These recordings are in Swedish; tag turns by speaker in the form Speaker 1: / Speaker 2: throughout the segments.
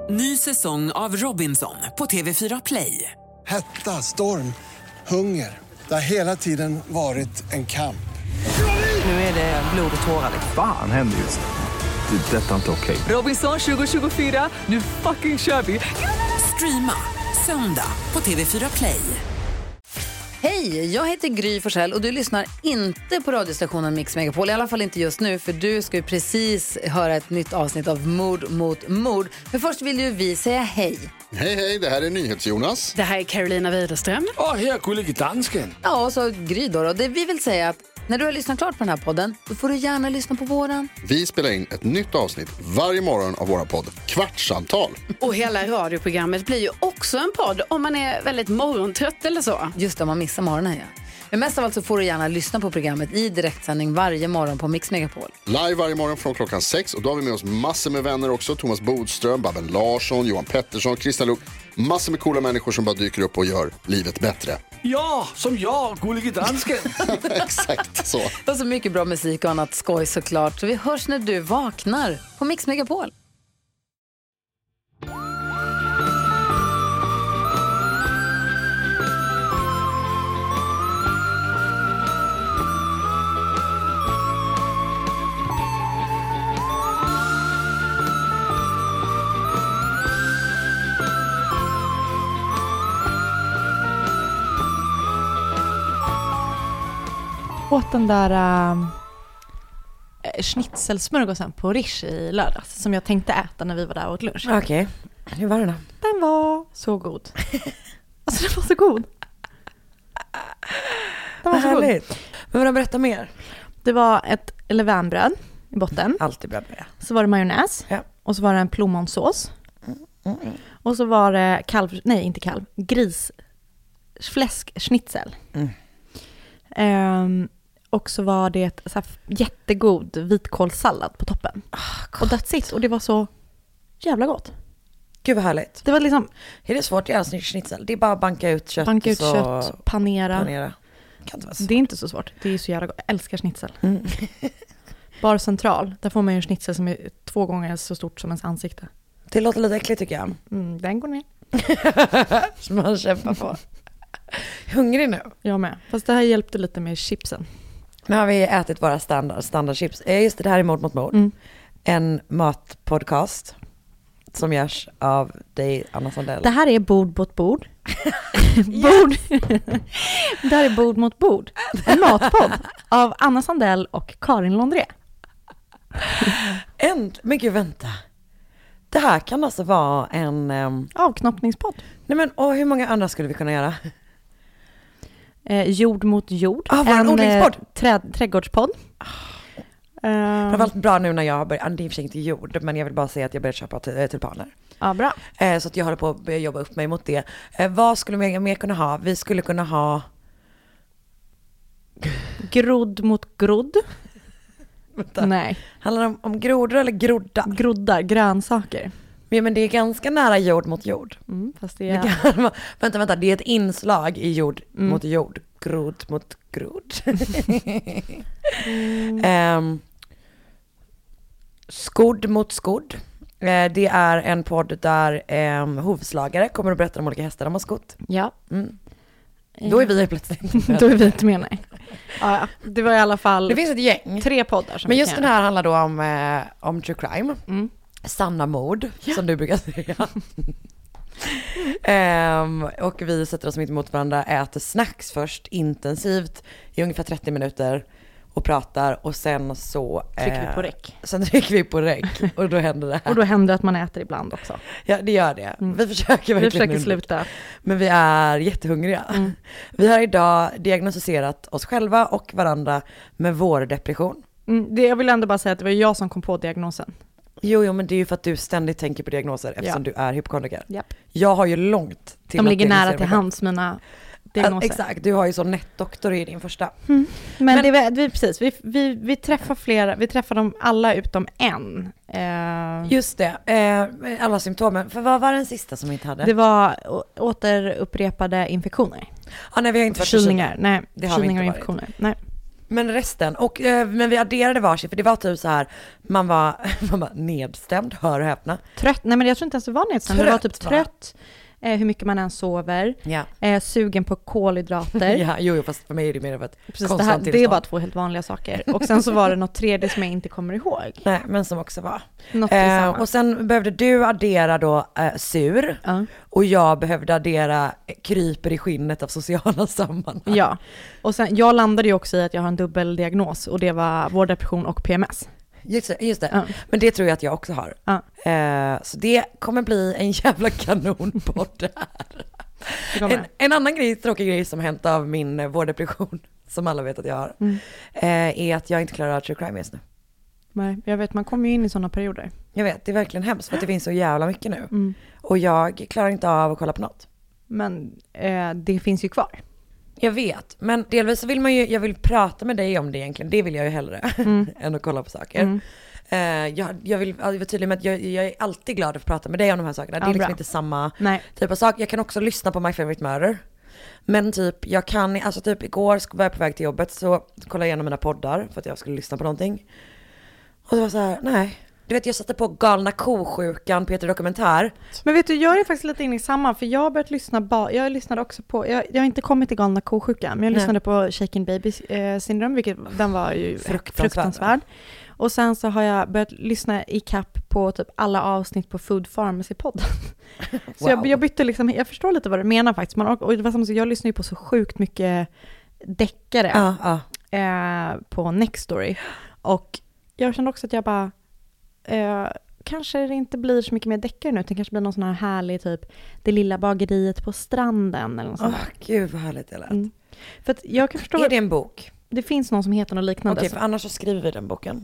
Speaker 1: Ny säsong av Robinson på TV4 Play.
Speaker 2: Hetta, storm, hunger. Det har hela tiden varit en kamp.
Speaker 1: Nu är det blod och tårar.
Speaker 3: Fan händer just nu. Det. Detta är inte okej.
Speaker 1: Robinson 2024, nu fucking kör vi. Streama söndag på TV4 Play.
Speaker 4: Hej, jag heter Gry Forssell och du lyssnar inte på radiostationen Mix Megapol. I alla fall inte just nu, för du ska ju precis höra ett nytt avsnitt av Mord mot mord. Men först vill ju vi säga hej.
Speaker 5: Hej, det här är NyhetsJonas.
Speaker 6: Det här är Carolina Widerström.
Speaker 7: Och här är Gullige Dansken.
Speaker 4: Ja, och så Gry då. Det vi vill säga att när du har lyssnat klart på den här podden, då får du gärna lyssna på våran.
Speaker 5: Vi spelar in ett nytt avsnitt varje morgon av våra podd Kvartsamtal.
Speaker 6: Och hela radioprogrammet blir ju också en podd om man är väldigt morgontrött eller så.
Speaker 4: Just det, man missar morgonen, ja. Men mest av allt så får du gärna lyssna på programmet i direktsändning varje morgon på Mix Megapol.
Speaker 5: Live varje morgon från klockan 6. Och då har vi med oss massor med vänner också. Thomas Bodström, Babben Larsson, Johan Pettersson, Christian Luuk. Massor med coola människor som bara dyker upp och gör livet bättre.
Speaker 7: Ja, som jag, Gullige Dansken.
Speaker 5: Exakt så.
Speaker 4: Och så mycket bra musik och annat skoj såklart. Så vi hörs när du vaknar på Mix Megapol.
Speaker 8: Åt den där schnitzelsmörgåsen på Rish i lördags som jag tänkte äta när vi var där och åt lunch.
Speaker 9: Okej, hur var den då?
Speaker 8: Den var så god. Alltså den var så god. Den var så god.
Speaker 9: Men vad berätta mer?
Speaker 8: Det var ett levainbröd i botten.
Speaker 9: Alltid bra börja.
Speaker 8: Så var det majonnäs.
Speaker 9: Ja.
Speaker 8: Och så var det en plommonsås. Och så var det grisfläskschnitzel. Och så var det ett så här jättegod vitkålssallad på toppen. Och that's it. Och det var så jävla gott.
Speaker 9: Gud vad härligt.
Speaker 8: Det var liksom...
Speaker 9: Är det svårt att göra schnitzel? Det är bara att banka ut kött.
Speaker 8: Panera.
Speaker 9: Kan inte vara så.
Speaker 8: Det är inte så svårt. Det är så jävla gott. Jag älskar schnitzel. Bar Central. Där får man ju en schnitzel som är 2 gånger så stort som ens ansikte.
Speaker 9: Det låter lite äckligt tycker jag.
Speaker 8: Den går ner.
Speaker 9: Som man kämpar på. Hungrig nu.
Speaker 8: Jag med. Fast det här hjälpte lite med chipsen.
Speaker 9: Nu har vi ätit våra standardchips. Just det här är Mord mot mord. En matpodcast som görs av dig, Anna Sandell.
Speaker 8: Det här är Bord mot bord. Bord. Det här är Bord mot bord. En matpodd av Anna Sandell och Karin Londré.
Speaker 9: Men gud, vänta. Det här kan alltså vara en...
Speaker 8: avknoppningspodd.
Speaker 9: Nej men, och hur många andra skulle vi kunna göra?
Speaker 8: Jord mot jord.
Speaker 9: En odlingspodd.
Speaker 8: Trädgårdspodd.
Speaker 9: Det har varit bra nu när jag har börjat, det är i och för sig inte jord, men jag vill bara säga att jag börjat köpa tulpaner.
Speaker 8: Ja, bra.
Speaker 9: Så att jag håller på att jobba upp mig mot det. Vad skulle vi mer kunna ha? Vi skulle kunna ha...
Speaker 8: Grodd mot grodd.
Speaker 9: Vänta.
Speaker 8: Nej.
Speaker 9: Handlar det om grodor eller grodda?
Speaker 8: Grodda, grönsaker.
Speaker 9: Men det är ganska nära jord mot jord.
Speaker 8: Fast det är...
Speaker 9: Vänta, det är ett inslag i jord mot jord. Grod mot grod. Skodd mot skodd. Det är en podd där hovslagare kommer att berätta om olika hästar de har skott.
Speaker 8: Ja.
Speaker 9: Då är vi plötsligt.
Speaker 8: Då är vi inte med, nej. Ja, det var i alla fall...
Speaker 9: Det finns ett gäng.
Speaker 8: 3 poddar som
Speaker 9: men just den här handlar då om true crime. Sanna mord, som du brukar säga. Och vi sätter oss mitt emot varandra, äter snacks först intensivt i ungefär 30 minuter och pratar, och sen så
Speaker 8: trycker vi på räck.
Speaker 9: Sen trycker vi på räck och då händer det här.
Speaker 8: Och då händer att man äter ibland också.
Speaker 9: Ja, det gör det. Vi försöker
Speaker 8: sluta.
Speaker 9: Men vi är jättehungriga. Vi har idag diagnostiserat oss själva och varandra med vår depression.
Speaker 8: Jag vill ändå bara säga att det var jag som kom på diagnosen.
Speaker 9: Jo, men det är ju för att du ständigt tänker på diagnoser eftersom du är hypokondriker.
Speaker 8: Japp.
Speaker 9: Jag har ju långt till...
Speaker 8: De ligger nära till hands, mina diagnoser.
Speaker 9: Exakt, du har ju så nätdoktor i din första.
Speaker 8: Men det, precis, vi träffar flera, vi träffar dem alla utom en.
Speaker 9: Just det, alla symptomen. För vad var den sista som vi inte hade?
Speaker 8: Det var återupprepade infektioner.
Speaker 9: Nej, vi har inte varit
Speaker 8: förkylningar. Nej,
Speaker 9: det har vi inte
Speaker 8: och infektioner. Nej.
Speaker 9: Men resten, och men vi adderade varsin, för det var typ så här, man var nedstämd, hör och häpna.
Speaker 8: Trött, nej men jag tror inte ens det var nedstämd, det var typ trött. Hur mycket man än sover, sugen på kolhydrater.
Speaker 9: Ja, jo, fast för mig är det mer av ett
Speaker 8: konstant det är bara 2 helt vanliga saker. Och sen så var det något tredje som jag inte kommer ihåg.
Speaker 9: Nej, men som också var.
Speaker 8: Och
Speaker 9: sen behövde du addera då sur. Och jag behövde addera kryper i skinnet av sociala sammanhang.
Speaker 8: Ja, och sen jag landade ju också i att jag har en dubbeldiagnos. Och det var vårdepression och PMS.
Speaker 9: Just det. Men det tror jag att jag också har. Så det kommer bli en jävla kanon på det här. En annan tråkig grej som hänt av min vårdepression, som alla vet att jag har, är att jag inte klarar av true crime just nu.
Speaker 8: Nej, jag vet, man kommer ju in i sådana perioder.
Speaker 9: Jag vet, det är verkligen hemskt för att det finns så jävla mycket nu. Och jag klarar inte av att kolla på något.
Speaker 8: Men det finns ju kvar.
Speaker 9: Jag vet, men delvis så vill jag vill prata med dig om det egentligen. Det vill jag ju hellre än att kolla på saker. Jag vill vara tydlig med att jag är alltid glad att få prata med dig om de här sakerna. Det är liksom inte samma typ av sak. Jag kan också lyssna på My Favorite Murder. Men typ, jag kan, alltså typ igår var jag på väg till jobbet, så kollade jag igenom mina poddar för att jag skulle lyssna på någonting. Och det var så här, nej. Du vet, jag satte på Galna kosjukan, Peter Dokumentär. Men
Speaker 8: vet du, jag är faktiskt lite inne i samma, för jag har börjat lyssna, jag lyssnade också på, jag har inte kommit till Galna kosjukan, men jag lyssnade på Shaken Baby syndrom, vilket den var ju fruktansvärd. Och sen så har jag börjat lyssna i kapp på typ alla avsnitt på Food Pharmacy-podden. Så jag bytte liksom, jag förstår lite vad du menar faktiskt. Och det var som så, jag lyssnar ju på så sjukt mycket deckare på Nextory. Och jag kände också att jag bara, kanske det inte blir så mycket mer deckare nu, utan kanske blir någon sån här härlig typ Det lilla bageriet på stranden eller något sånt där.
Speaker 9: Gud vad härligt det lät.
Speaker 8: För att jag kan förstå.
Speaker 9: Är det en bok?
Speaker 8: Det finns någon som heter något liknande.
Speaker 9: Okej, för annars så skriver vi den boken.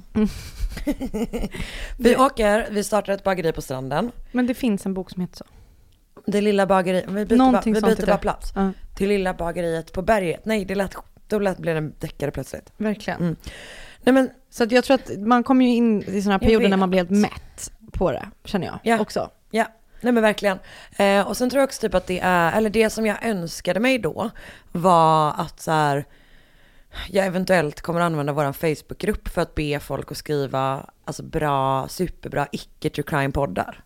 Speaker 9: Vi startar ett bageri på stranden.
Speaker 8: Men det finns en bok som heter så.
Speaker 9: Det lilla bageriet, vi byter bara plats. Till lilla bageriet på berget. Nej, då blev den deckare plötsligt.
Speaker 8: Verkligen.
Speaker 9: Nej, men,
Speaker 8: så att jag tror att man kommer ju in i såna här perioder när man blir helt mätt på det, känner jag också.
Speaker 9: Ja, nej men verkligen. Och sen tror jag också typ att det som jag önskade mig då var att så här, jag eventuellt kommer använda våran Facebookgrupp för att be folk att skriva alltså superbra icke true crime poddar.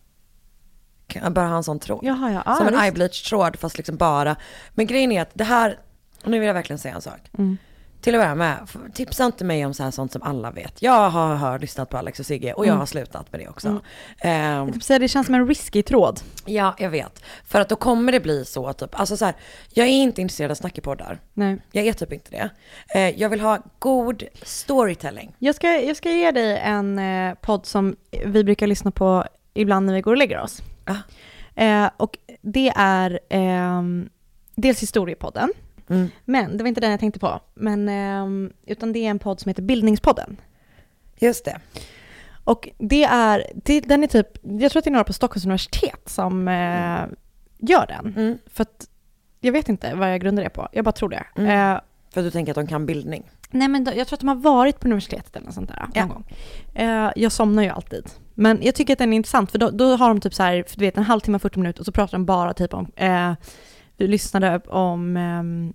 Speaker 9: Kan jag bara ha en sån tråd? Som en iBleach-tråd, fast liksom bara. Men grejen är att det här, och nu vill jag verkligen säga en sak. Till att börja med, tipsa inte mig om så här sånt som alla vet. Jag har lyssnat på Alex och Sigge och jag har slutat med det också.
Speaker 8: Det känns som en risky tråd.
Speaker 9: Ja, jag vet. För att då kommer det bli så typ, alltså så här, jag är inte intresserad av snackepoddar.
Speaker 8: Nej.
Speaker 9: Jag är typ inte det. Jag vill ha god storytelling.
Speaker 8: Jag ska ge dig en podd som vi brukar lyssna på ibland när vi går och lägger oss. Och det är dels historiepodden. Men det var inte den jag tänkte på. Men, utan det är en podd som heter Bildningspodden.
Speaker 9: Just det.
Speaker 8: Och den är typ, jag tror att det är några på Stockholms universitet som gör den. För att jag vet inte vad jag grundar det på. Jag bara tror det.
Speaker 9: För att du tänker att de kan bildning?
Speaker 8: Nej, men jag tror att de har varit på universitetet eller något sånt där någon gång. Jag somnar ju alltid. Men jag tycker att den är intressant, för då har de typ så här, du vet, en halvtimme, 40 minuter, och så pratar de bara typ om vi lyssnade om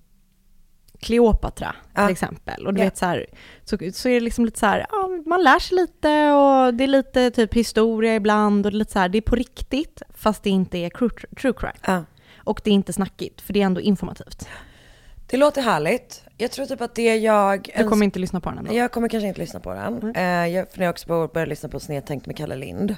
Speaker 8: Kleopatra till exempel. Och du vet så här, så är det liksom lite så här, man lär sig lite, och det är lite typ historia ibland, och det är lite så här, det är på riktigt fast det inte är true crime. Och det är inte snackigt, för det är ändå informativt.
Speaker 9: Det låter härligt. Jag tror typ att det
Speaker 8: Du kommer inte lyssna på den ändå.
Speaker 9: Jag kommer kanske inte lyssna på den. För jag också började lyssna på Snedtänkt med Kalle Lind.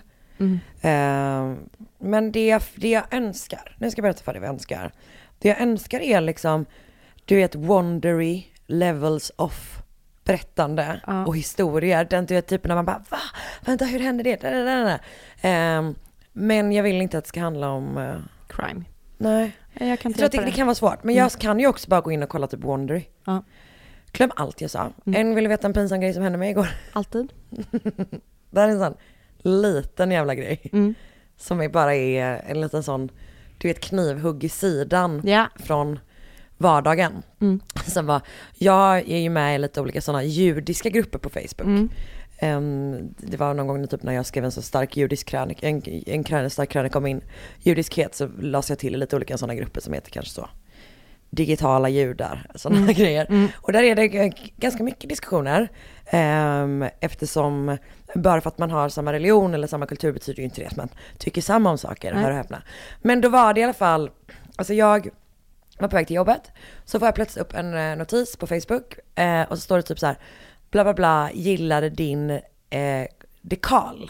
Speaker 9: Men det jag önskar, nu ska jag berätta för dig vad jag önskar. Det jag önskar är liksom, du vet, wondery levels of berättande och historier. Den typen när man bara, va? Vänta, hur hände det? Men jag vill inte att det ska handla om
Speaker 8: crime.
Speaker 9: Nej.
Speaker 8: Jag tror
Speaker 9: att det kan vara svårt. Men jag kan ju också bara gå in och kolla typ wondery. Glöm allt jag sa. En ville veta en pinsam grej som hände mig igår.
Speaker 8: Alltid.
Speaker 9: Det här är en sån liten jävla grej. Som bara är en liten sån, du vet, knivhugg i sidan från vardagen. Sen jag är ju med i lite olika sådana judiska grupper på Facebook. Det var någon gång typ när jag skrev en så stark judisk krönika, en stark krönika om min judiskhet, så lade jag till lite olika sådana grupper som heter kanske så digitala judar, sådana grejer. Och där är det ganska mycket diskussioner. Eftersom bara för att man har samma religion eller samma kultur betyder ju inte det att man tycker samma om saker, hör och häpna. Men då var det i alla fall, alltså jag var på väg till jobbet, så får jag plötsligt upp en notis på Facebook och så står det typ så här: bla bla bla, gillade din dekal.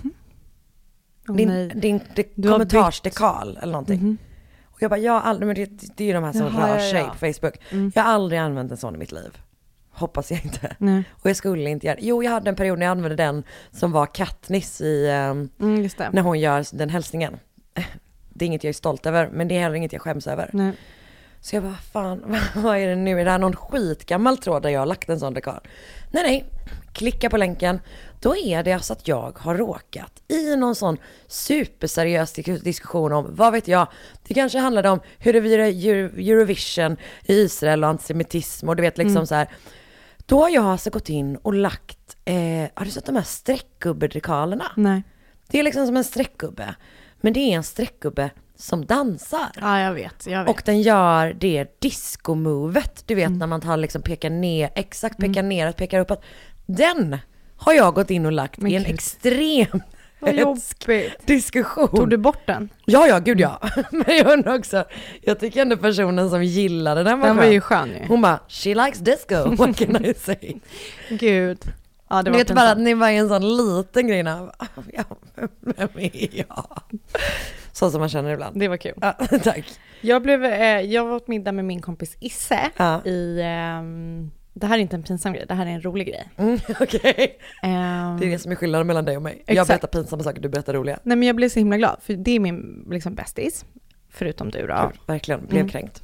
Speaker 9: Din kommentarsdekal eller någonting. Och jag bara, men det är ju de här som rör sig på Facebook. Jag har aldrig använt en sån i mitt liv. Hoppas jag inte. Nej. Och jag skulle inte göra det. Jo, jag hade en period när jag använde den som var Katniss i när hon gör den hälsningen. Det är inget jag är stolt över, men det är heller inget jag skäms över. Nej. Så jag bara, fan, vad är det nu? Är det här någon skitgammal tråd där jag har lagt en sån dekal? Nej, klicka på länken. Då är det alltså att jag har råkat i någon sån superseriös diskussion om, vad vet jag, det kanske handlade om huruvida Eurovision i Israel och antisemitism och du vet liksom så här. Då har jag alltså gått in och lagt, har du sett de här streckgubbedekalerna?
Speaker 8: Nej.
Speaker 9: Det är liksom som en streckgubbe, men det är en streckgubbe som dansar.
Speaker 8: Ja, jag vet.
Speaker 9: Och den gör det disco-movet. Du vet när man tar liksom pekar ner, pekar uppåt. Den har jag gått in och lagt i en extrem diskussion.
Speaker 8: Tog du bort den?
Speaker 9: Ja, gud ja. Men jag undrar också, jag tycker ändå personen som gillade den var
Speaker 8: ju skön ju.
Speaker 9: Hon bara, she likes disco, what can I say?
Speaker 8: Gud. Ja, det var
Speaker 9: vet bara att ni var en sån liten grej när vem är jag? Så som man känner ibland.
Speaker 8: Det var kul.
Speaker 9: Ja, tack.
Speaker 8: Jag var åt middag med min kompis Isse i... det här är inte en pinsam grej, det här är en rolig grej.
Speaker 9: Okej. Det är det som är skillnaden mellan dig och mig. Exakt. Jag berättar pinsamma saker, du berättar roliga.
Speaker 8: Nej, men jag blev så himla glad, för det är min liksom bästis. Förutom du då.
Speaker 9: Verkligen, blev kränkt.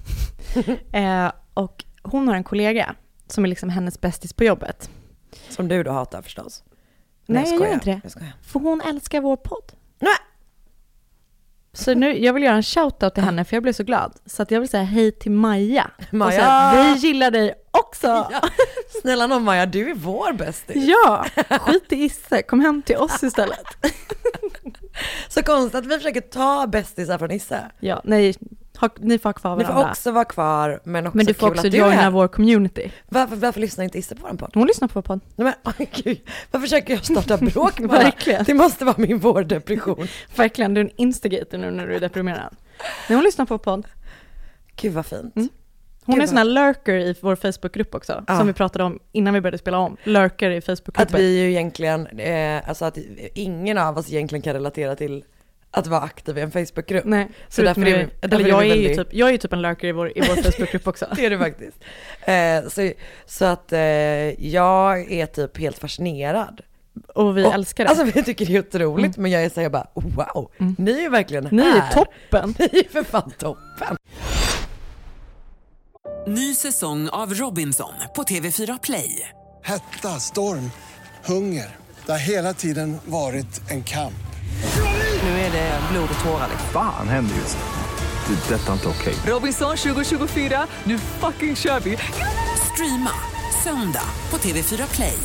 Speaker 8: Och hon har en kollega som är liksom hennes bästis på jobbet.
Speaker 9: Som du då hatar förstås.
Speaker 8: Nej, jag gör inte det. För hon älskar vår podd.
Speaker 9: Nej.
Speaker 8: Så nu, jag vill göra en shoutout till henne för jag blev så glad. Så att jag vill säga hej till Maja. Och säga, vi gillar dig också.
Speaker 9: Ja. Snälla någon Maja, du är vår bästis.
Speaker 8: Ja, skit i Isse. Kom hem till oss istället.
Speaker 9: Så konstigt att vi försöker ta bästisar från Isse.
Speaker 8: Ja, nej. Ni får kvar varandra.
Speaker 9: Ni får också vara kvar, men också
Speaker 8: du får också joina vår community.
Speaker 9: Varför lyssnar inte Isse på vår podd?
Speaker 8: Hon lyssnar på vår podd.
Speaker 9: Nej, men gud, varför försöker jag starta bråk med
Speaker 8: Verkligen.
Speaker 9: Det måste vara min vårdepression.
Speaker 8: Verkligen, du är en instigator nu när du är deprimerad. Nej, hon lyssnar på vår podd.
Speaker 9: Gud vad fint.
Speaker 8: Hon är en sån här lurker i vår Facebookgrupp också, som vi pratade om innan vi började spela om. Lurker i Facebookgruppen.
Speaker 9: Att vi ju egentligen, alltså att ingen av oss egentligen kan relatera till att vara aktiv i en Facebookgrupp.
Speaker 8: Nej,
Speaker 9: så därför
Speaker 8: jag är ju typ en lurker i vår Facebookgrupp också.
Speaker 9: Det är det faktiskt. Så att jag är typ helt fascinerad.
Speaker 8: Och vi älskar det.
Speaker 9: Alltså vi tycker det är otroligt, men jag säger bara, wow, ni är verkligen här.
Speaker 8: Ni är toppen.
Speaker 9: Ni är för fan toppen.
Speaker 1: Ny säsong av Robinson på TV4 Play.
Speaker 2: Hetta, storm, hunger. Det har hela tiden varit en kamp.
Speaker 1: Nu är det blod och tårar.
Speaker 3: Fan händer just det. Det är detta inte okej.
Speaker 1: Robinson 2024, nu fucking kör vi. Streama söndag på TV4 Play.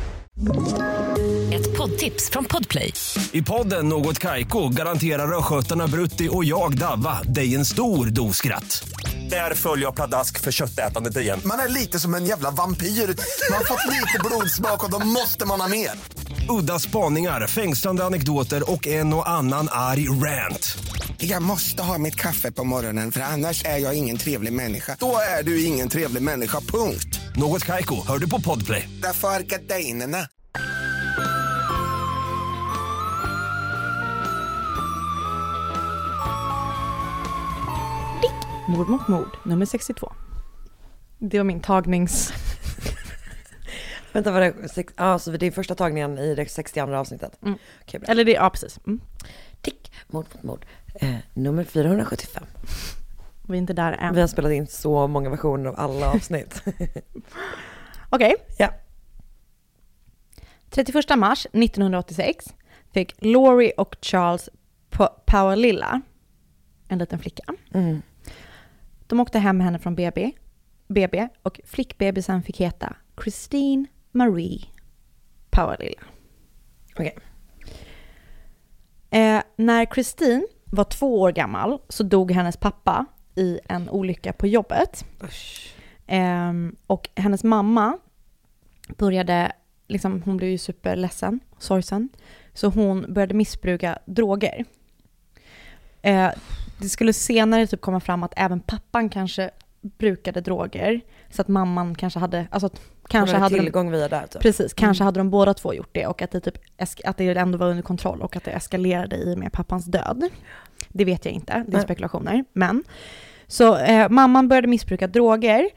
Speaker 10: Ett poddtips från Podplay.
Speaker 11: I podden Något Kaiko garanterar röskötarna Brutti och jag Davva dig en stor doskratt. Där följer jag pladask för köttätandet igen.
Speaker 12: Man är lite som en jävla vampyr. Man har fått lite blodsmak och då måste man ha mer.
Speaker 11: Udda spaningar, fängslande anekdoter och en och annan arg rant.
Speaker 12: Jag måste ha mitt kaffe på morgonen för annars är jag ingen trevlig människa. Då är du ingen trevlig människa, punkt.
Speaker 11: Något Kaiko, hör du på Podplay.
Speaker 12: Därför är gardinerna.
Speaker 8: Mord mot mord, nummer 62. Det var min tagnings...
Speaker 9: Vänta, var det... så det är första tagningen i det 62 avsnittet.
Speaker 8: Okay, eller det, ja precis.
Speaker 9: Tick, mord mot mord. Nummer 475.
Speaker 8: Vi är inte där än.
Speaker 9: Vi har spelat in så många versioner av alla avsnitt.
Speaker 8: Okej.
Speaker 9: Ja.
Speaker 8: 31 mars 1986 fick Laurie och Charles Paolilla, en liten flicka. De åkte hem med henne från BB och flickbebisen fick heta Christine Marie Paolilla.
Speaker 9: Okej.
Speaker 8: När Christine var 2 år gammal så dog hennes pappa i en olycka på jobbet. Och hennes mamma började, liksom, hon blev ju superledsen, sorgsen. Så hon började missbruka droger. Det skulle senare typ komma fram att även pappan kanske brukade droger. Så att mamman kanske hade... Alltså, kanske hade
Speaker 9: tillgång via där. Typ.
Speaker 8: Precis, kanske hade de båda två gjort det. Och att det, typ, att det ändå var under kontroll. Och att det eskalerade i med pappans död. Det vet jag inte, det är spekulationer. Men, så mamman började missbruka droger.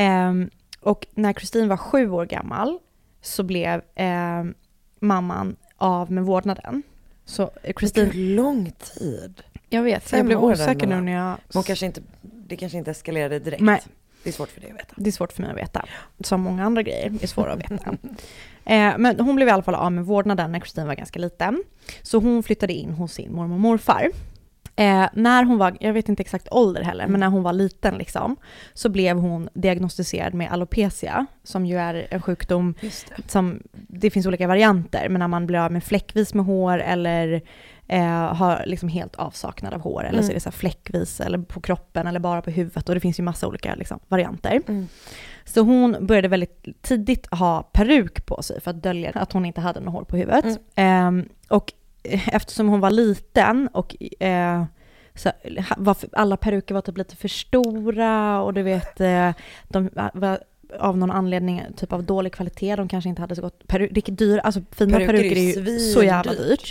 Speaker 8: Och när Christine var 7 år gammal så blev mamman av med vårdnaden. Så Christine...
Speaker 9: lång tid.
Speaker 8: Jag vet, så jag blev osäker nu när jag...
Speaker 9: Det kanske inte eskalerade direkt.
Speaker 8: Nej.
Speaker 9: Det är svårt för dig att veta.
Speaker 8: Det är svårt för mig att veta. Som många andra grejer är svåra att veta. Men hon blev i alla fall av med vårdnaden när Christine var ganska liten. Så hon flyttade in hos sin mormor och morfar. När hon var, jag vet inte exakt ålder heller, men när hon var liten liksom, så blev hon diagnostiserad med alopecia, som ju är en sjukdom som, det finns olika varianter, men när man blir av med fläckvis med hår eller har liksom helt avsaknad av hår, eller så är det så här fläckvis eller på kroppen eller bara på huvudet, och det finns ju massa olika liksom, varianter. Så hon började väldigt tidigt ha peruk på sig för att dölja att hon inte hade något hår på huvudet. Och eftersom hon var liten och så alla peruker var typ lite för stora, och du vet de var av någon anledning typ av dålig kvalitet, de kanske inte hade så gott dyra, alltså fina peruker är ju så jävla dyrt.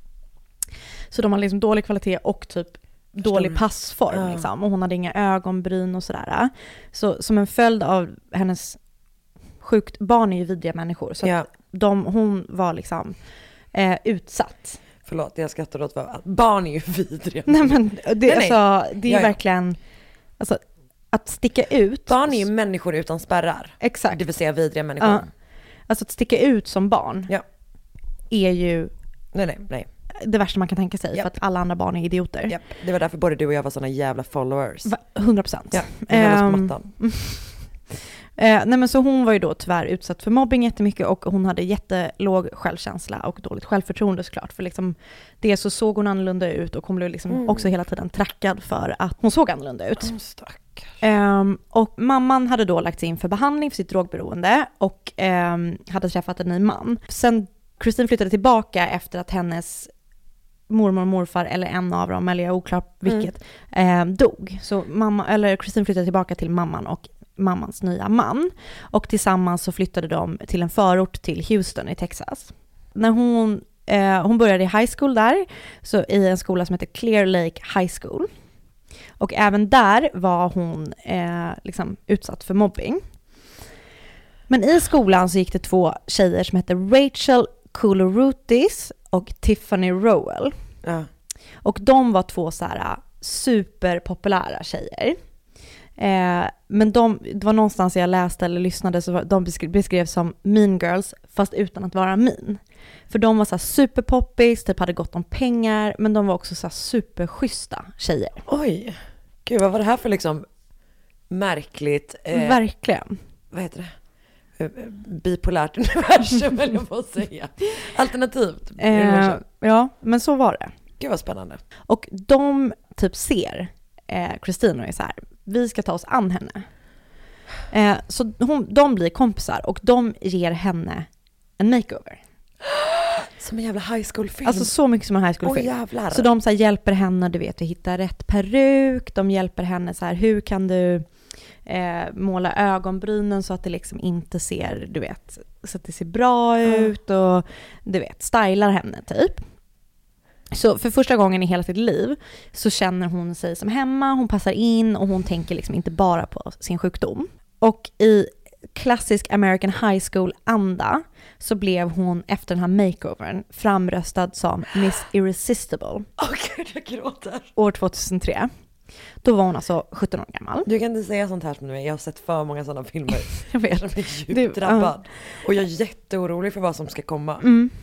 Speaker 8: Så de har liksom dålig kvalitet och typ dålig passform liksom, och hon hade inga ögonbryn och sådär. Så som en följd av hennes sjukt, barn är ju vidriga människor, så att hon var liksom utsatt.
Speaker 9: Förlåt, jag skrattar åt att barn är ju vidriga.
Speaker 8: Nej, men det är verkligen alltså, att sticka ut.
Speaker 9: Barn är ju människor utan spärrar.
Speaker 8: Exakt.
Speaker 9: Det vill säga vidriga människor.
Speaker 8: Alltså att sticka ut som barn är ju
Speaker 9: nej.
Speaker 8: det värsta man kan tänka sig, för att alla andra barn är idioter.
Speaker 9: Det var därför både du och jag var såna jävla followers.
Speaker 8: 100%. Nej, men så hon var ju då tyvärr utsatt för mobbing jättemycket, och hon hade jättelåg självkänsla och dåligt självförtroende såklart, för liksom det så såg hon annorlunda ut, och hon blev liksom också hela tiden trackad för att hon såg annorlunda ut. Och mamman hade då lagt in för behandling för sitt drogberoende och hade träffat en ny man. Sen Christine flyttade tillbaka efter att hennes mormor och morfar, eller en av dem, eller jag är oklar vilket, dog. Så Christine flyttade tillbaka till mamman och mammans nya man, och tillsammans så flyttade de till en förort till Houston i Texas. När hon började i high school där, så i en skola som heter Clear Lake High School, och även där var hon liksom utsatt för mobbing. Men i skolan så gick det 2 tjejer som hette Rachel Kulurutis och Tiffany Rowell. Och de var 2 så här superpopulära tjejer. Men det var någonstans jag läste eller lyssnade, så de beskrevs som mean girls, fast utan att vara mean. För de var så här superpoppis, typ hade gott om pengar, men de var också så här superschyssta tjejer.
Speaker 9: Oj, gud, vad var det här för liksom märkligt...
Speaker 8: Verkligen.
Speaker 9: Vad heter det? Bipolärt universum, eller jag får säga. Alternativt.
Speaker 8: Ja, men så var det.
Speaker 9: Gud vad spännande.
Speaker 8: Och de typ ser Christine och är så här, vi ska ta oss an henne. Så de blir kompisar, och de ger henne en makeover.
Speaker 9: Som en jävla high school-film.
Speaker 8: Alltså så mycket som en high school-film.
Speaker 9: Jävlar.
Speaker 8: Så de så här hjälper henne, du vet, att hitta rätt peruk. De hjälper henne så här, hur kan du måla ögonbrynen så att det liksom inte ser, du vet, så att det ser bra ut, och du vet, stylar henne typ. Så för första gången i hela sitt liv så känner hon sig som hemma, hon passar in, och hon tänker liksom inte bara på sin sjukdom. Och i klassisk American High School-anda så blev hon efter den här makeovern framröstad som Miss Irresistible.
Speaker 9: Gud, jag gråter.
Speaker 8: År 2003. Då var hon alltså 17 år gammal.
Speaker 9: Du kan inte säga sånt här som du är. Jag har sett för många sådana filmer.
Speaker 8: Jag vet.
Speaker 9: Jag är djupt drabbad. Och jag är jätteorolig för vad som ska komma.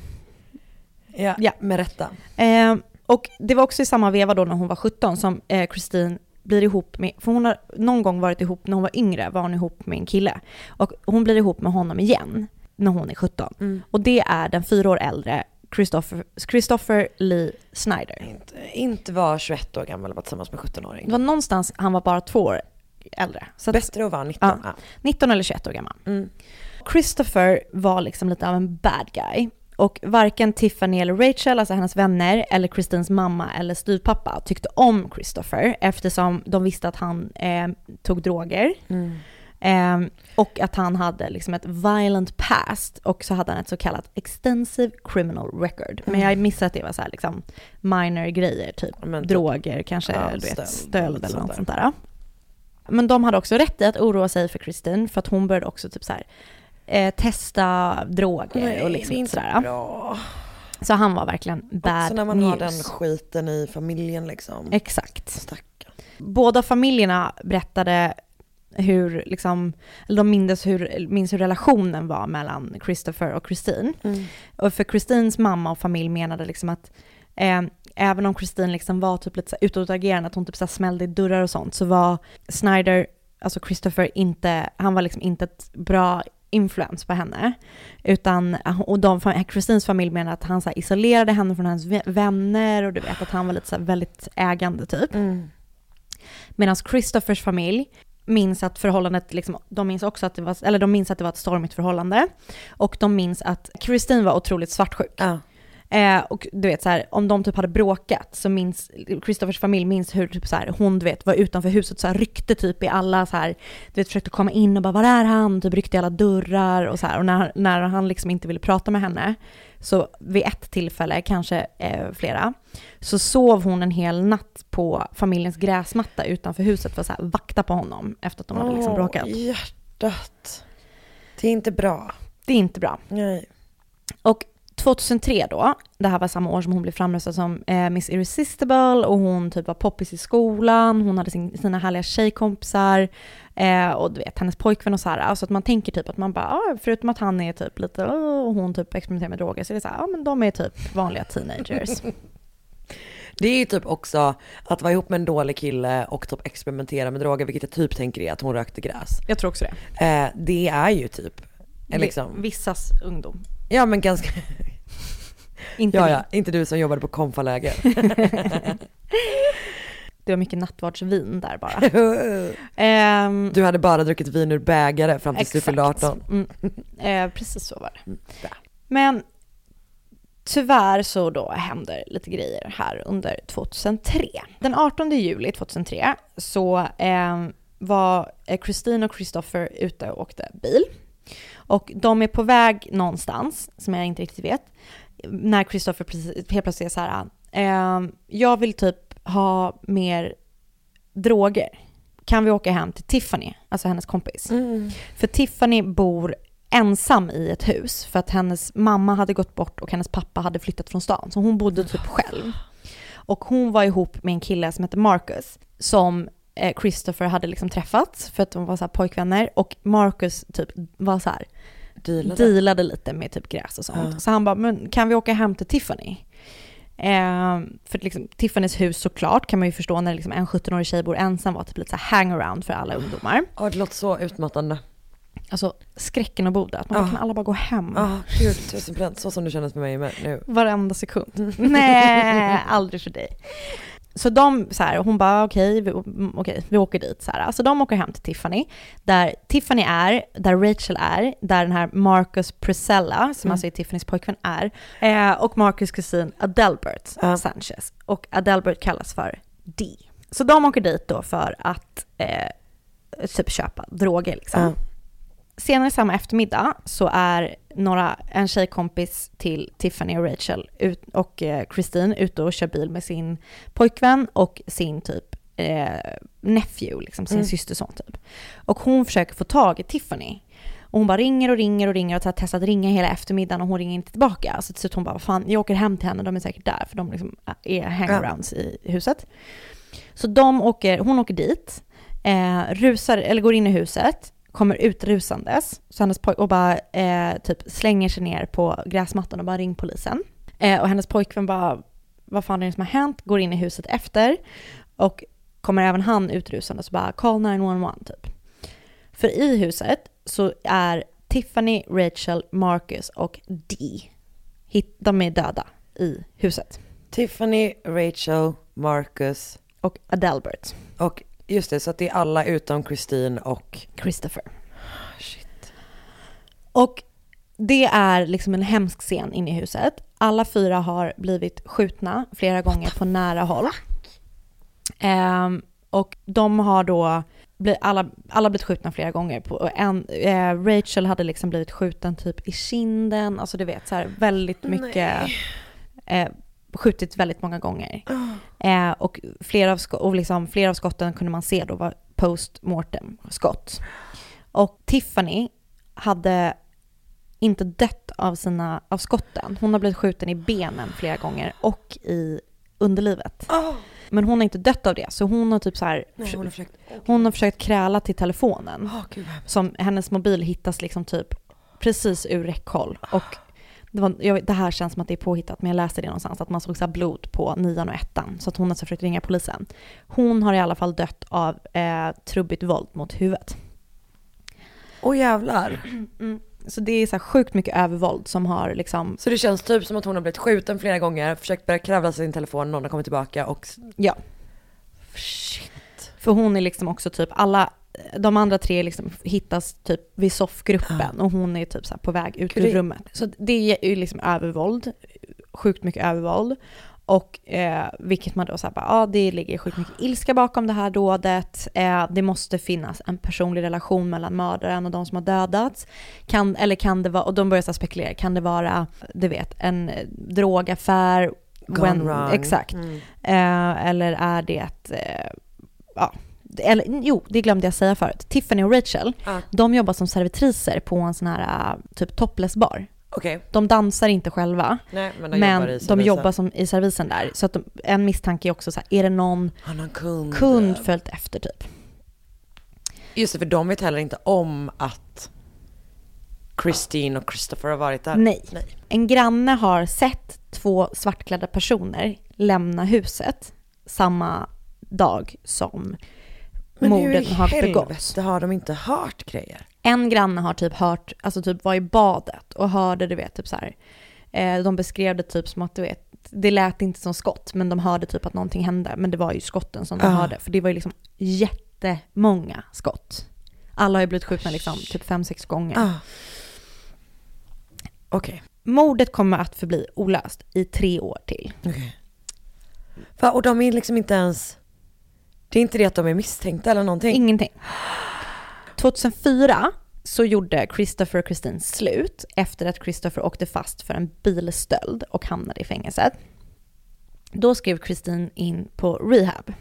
Speaker 9: Ja, med rätta.
Speaker 8: Och det var också i samma veva då när hon var 17 som Christine blir ihop med, för hon har någon gång varit ihop när hon var yngre, var hon ihop med en kille. Och hon blir ihop med honom igen när hon är 17. Och det är den 4 år äldre Christopher Lee Snyder.
Speaker 9: Inte var 21 år gammal och var tillsammans med 17-åring.
Speaker 8: Det var någonstans, han var bara 2 år äldre. Så
Speaker 9: bättre att vara 19.
Speaker 8: Ja, 19 eller 21 år gammal. Christopher var liksom lite av en bad guy. Och varken Tiffany eller Rachel, alltså hennes vänner, eller Christines mamma eller styvpappa tyckte om Christopher eftersom de visste att han tog droger. Och att han hade liksom ett violent past, och så hade han ett så kallat extensive criminal record. Men jag missade att det var så här liksom minor grejer, typ droger, kanske stöld eller något sånt där. Men de hade också rätt i att oroa sig för Christine, för att hon började också typ så här testa droger och liksom sådär.
Speaker 9: Bra.
Speaker 8: Så han var verkligen bad news.
Speaker 9: Så när man har den skiten i familjen liksom.
Speaker 8: Exakt.
Speaker 9: Stackarn.
Speaker 8: Båda familjerna berättade hur liksom, eller de minns hur relationen var mellan Christopher och Christine. Och för Christines mamma och familj menade liksom att även om Christine liksom var typ lite så utåtagerande, att hon typ så smällde i dörrar och sånt, så var Snyder, alltså Christopher, han var liksom inte ett bra influens på henne, utan Christines familj menar att han så här isolerade henne från hennes vänner, och du vet att han var lite så här väldigt ägande typ. Medan Christophers familj minns att förhållandet liksom, de minns att det var ett stormigt förhållande, och de minns att Christine var otroligt svartsjuk. Och du vet så här, om de typ hade bråkat, så minns Christophers familj hur typ så här, hon, du vet, var utanför huset så här, ryckte typ i alla så här, du vet, försökte komma in och bara, var är han? Typ ryckte i alla dörrar och så här, och när han liksom inte ville prata med henne, så vid ett tillfälle, kanske flera, så sov hon en hel natt på familjens gräsmatta utanför huset för att så här, vakta på honom efter att de hade liksom bråkat.
Speaker 9: Hjärtat. Det är inte bra.
Speaker 8: Det är inte bra.
Speaker 9: Nej.
Speaker 8: Och 2003 då, det här var samma år som hon blev framröstad som Miss Irresistible, och hon typ var poppis i skolan, hon hade sina härliga tjejkompisar och du vet, hennes pojkvän och så här, alltså att man tänker typ att man bara, förutom att han är typ lite, och hon typ experimenterar med droger, så är det så här, men de är typ vanliga teenagers.
Speaker 9: Det är ju typ också att vara ihop med en dålig kille och typ experimentera med droger, vilket jag typ tänker är att hon rökte gräs.
Speaker 8: Jag tror också det.
Speaker 9: Det är ju typ liksom
Speaker 8: vissas ungdom.
Speaker 9: Ja, men ganska
Speaker 8: inte
Speaker 9: inte du som jobbade på konfaläger.
Speaker 8: Det var mycket nattvardsvin där bara.
Speaker 9: Du hade bara druckit vin ur bägare fram tills du fyllde 18.
Speaker 8: Precis så var det. Men tyvärr så då händer lite grejer här under 2003. Den 18 juli 2003 så var Christine och Christopher ute och åkte bil. Och de är på väg någonstans som jag inte riktigt vet. När Christopher helt plötsligt är så här, jag vill typ ha mer droger. Kan vi åka hem till Tiffany, alltså hennes kompis? För Tiffany bor ensam i ett hus för att hennes mamma hade gått bort och hennes pappa hade flyttat från stan. Så hon bodde typ själv. Och hon var ihop med en kille som heter Marcus, som Christopher hade liksom träffat för att de var så här pojkvänner, och Marcus typ var så här dealade lite med typ gräs och sånt. Så han bara, men kan vi åka hem till Tiffany? För liksom, Tiffany's hus, såklart kan man ju förstå när liksom en 17-årig tjej bor ensam, var typ lite så här hangaround för alla ungdomar.
Speaker 9: Det låter så utmattande.
Speaker 8: Alltså skräcken och bodet, att man kan alla bara gå hem.
Speaker 9: Gud, 1000%, så som du känner med mig nu.
Speaker 8: Varenda sekund. Nej, aldrig för dig. Så de så här, hon bara okej, vi åker dit så här. Så de åker hem till Tiffany, där Tiffany är, där Rachel är, där den här Marcus Priscilla, som alltså är Tiffany's pojkvän, är, och Marcus kusin Adelbert Sanchez, och Adelbert kallas för D. Så de åker dit då för att typ köpa droger liksom. Senare samma eftermiddag så är en tjejkompis till Tiffany och Rachel och Christine ute och kör bil med sin pojkvän och sin typ nephew, liksom sin systerson typ. Och hon försöker få tag i Tiffany. Och hon bara ringer och har testat ringa hela eftermiddagen, och hon ringer inte tillbaka. Så till slut hon bara, fan, jag åker hem till henne, de är säkert där, för de liksom är hangarounds i huset. Så hon åker dit, går in i huset, kommer ut rusandes, så hennes och bara typ slänger sig ner på gräsmattan och bara ring polisen. Och hennes pojkvän bara, vad fan är det som har hänt? Går in i huset efter, och kommer även han utrusande, så bara call 911 typ. För i huset så är Tiffany, Rachel, Marcus och D de är döda i huset.
Speaker 9: Tiffany, Rachel, Marcus
Speaker 8: och Adelbert.
Speaker 9: Och just det, så att det är alla utom Christine och
Speaker 8: Christopher.
Speaker 9: Shit.
Speaker 8: Och det är liksom en hemsk scen inne i huset. Alla 4 har blivit skjutna flera gånger på nära håll. Och de har då alla blivit skjutna flera gånger. Rachel hade liksom blivit skjuten typ i kinden. Alltså du vet, så här väldigt mycket... skjutit väldigt många gånger. Och flera av skotten kunde man se då var post-mortem skott. Och Tiffany hade inte dött av skotten. Hon har blivit skjuten i benen flera gånger och i underlivet. Men hon har inte dött av det, så hon har typ så här hon har försökt kräla till telefonen. Som hennes mobil hittas liksom typ precis ur räckhåll. Och det här känns som att det är påhittat, men jag läste det någonstans att man såg så här blod på 9 och 1, så att hon har så försökt ringa polisen. Hon har i alla fall dött av trubbigt våld mot huvudet.
Speaker 9: Jävlar.
Speaker 8: Så det är så här sjukt mycket övervåld som har liksom...
Speaker 9: Så det känns typ som att hon har blivit skjuten flera gånger, försökt börja kravla sin telefon, någon har kommit tillbaka och...
Speaker 8: Ja.
Speaker 9: Shit.
Speaker 8: För hon är liksom också typ de andra 3 liksom hittas typ vid soffgruppen och hon är typ så här på väg ut ur rummet. Så det är ju liksom övervåld, sjukt mycket övervåld. Och vilket man då säger, det ligger sjukt mycket ilska bakom det här dådet. Det måste finnas en personlig relation mellan mördaren och de som har dödats. Kan det vara, och de börjar så spekulera, kan det vara, du vet, en drogaffär? Exakt. Eller är det det glömde jag säga förut. Tiffany och Rachel, de jobbar som servitriser på en sån här typ topless-bar.
Speaker 9: Okay.
Speaker 8: De dansar inte själva.
Speaker 9: Nej,
Speaker 8: men de jobbar som i servicen där. Så att en misstanke är också så här, är det någon kund följt efter typ?
Speaker 9: Just det, för de vet heller inte om att Christine och Christopher har varit där.
Speaker 8: Nej. En granne har sett 2 svartklädda personer lämna huset samma dag som mordet har begåtts.
Speaker 9: Men har de inte hört grejer?
Speaker 8: En granne har typ hört, alltså typ var i badet och hörde, du vet, typ så här. De beskrev det typ som att, du vet, det lät inte som skott, men de hörde typ att någonting hände, men det var ju skotten som de hörde, för det var ju liksom jättemånga skott. Alla har ju blivit skjutna liksom typ 5-6 gånger.
Speaker 9: Okej.
Speaker 8: Mordet kommer att förbli olöst i 3 år till.
Speaker 9: Okej. Och de är liksom inte ens... Det är inte det att de är misstänkta eller någonting?
Speaker 8: Ingenting. 2004 så gjorde Christopher och Christine slut efter att Christopher åkte fast för en bilstöld och hamnade i fängelset. Då skrev Christine in på rehab.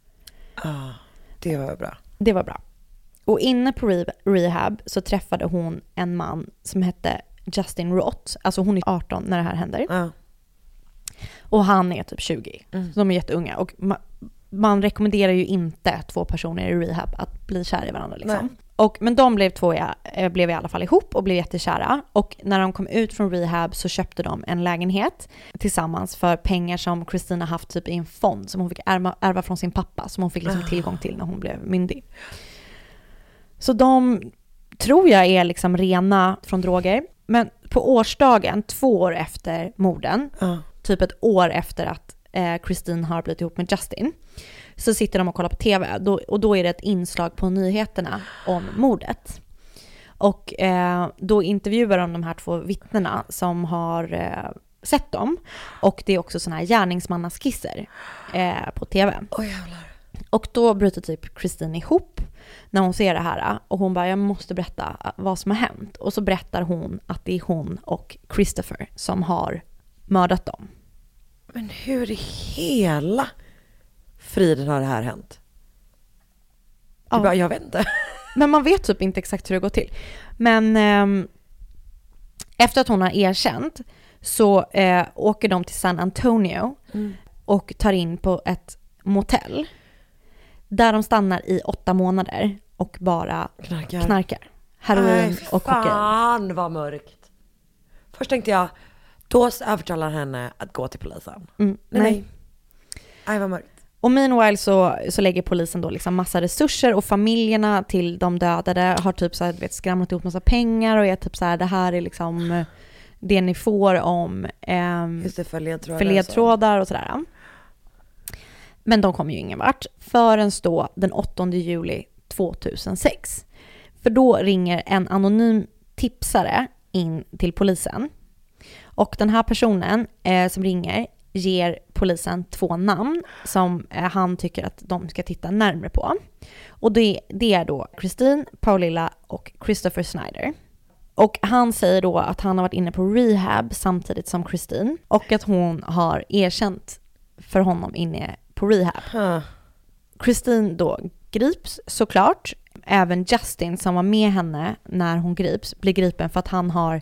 Speaker 9: Det var bra.
Speaker 8: Det var bra. Och inne på rehab så träffade hon en man som hette Justin Roth. Alltså hon är 18 när det här händer. Och han är typ 20. Så de är jätteunga. Och man rekommenderar ju inte 2 personer i rehab att bli kära i varandra liksom. Men de blev i alla fall ihop och blev jättekära. Och när de kom ut från rehab så köpte de en lägenhet tillsammans för pengar som Christina haft typ i en fond som hon fick ärva från sin pappa, som hon fick liksom tillgång till när hon blev myndig. Så de tror jag är liksom rena från droger. Men på årsdagen, 2 år efter morden, typ ett år efter att Christine har blivit ihop med Justin, så sitter de och kollar på tv. Då är det ett inslag på nyheterna om mordet. Och då intervjuar de här 2 vittnena som har sett dem. Och det är också såna här gärningsmannaskisser på tv. Och då bryter typ Christine ihop när hon ser det här. Och hon bara, jag måste berätta vad som har hänt. Och så berättar hon att det är hon och Christopher som har mördat dem.
Speaker 9: Men hur i hela friden har det här hänt? Jag vet inte.
Speaker 8: Men man vet typ inte exakt hur det går till. Men efter att hon har erkänt så åker de till San Antonio och tar in på ett motell där de stannar i 8 månader och bara knarkar. Heroin och kokain.
Speaker 9: Fan vad mörkt. Först tänkte jag, då övertalar henne att gå till polisen. Nej, vad mörkt.
Speaker 8: Och meanwhile så lägger polisen då liksom massa resurser, och familjerna till de dödade har typ så här, vet, skramlat ihop massa pengar och är typ så här, det här är liksom det ni får om
Speaker 9: för
Speaker 8: ledtrådar och sådär. Men de kom ju ingen vart förrän då den 8 juli 2006. För då ringer en anonym tipsare in till polisen. Och den här personen som ringer ger polisen 2 namn som han tycker att de ska titta närmare på. Och det är då Christine, Paulilla och Christopher Snyder. Och han säger då att han har varit inne på rehab samtidigt som Christine och att hon har erkänt för honom inne på rehab. Christine då grips såklart. Även Justin som var med henne när hon grips blir gripen för att han har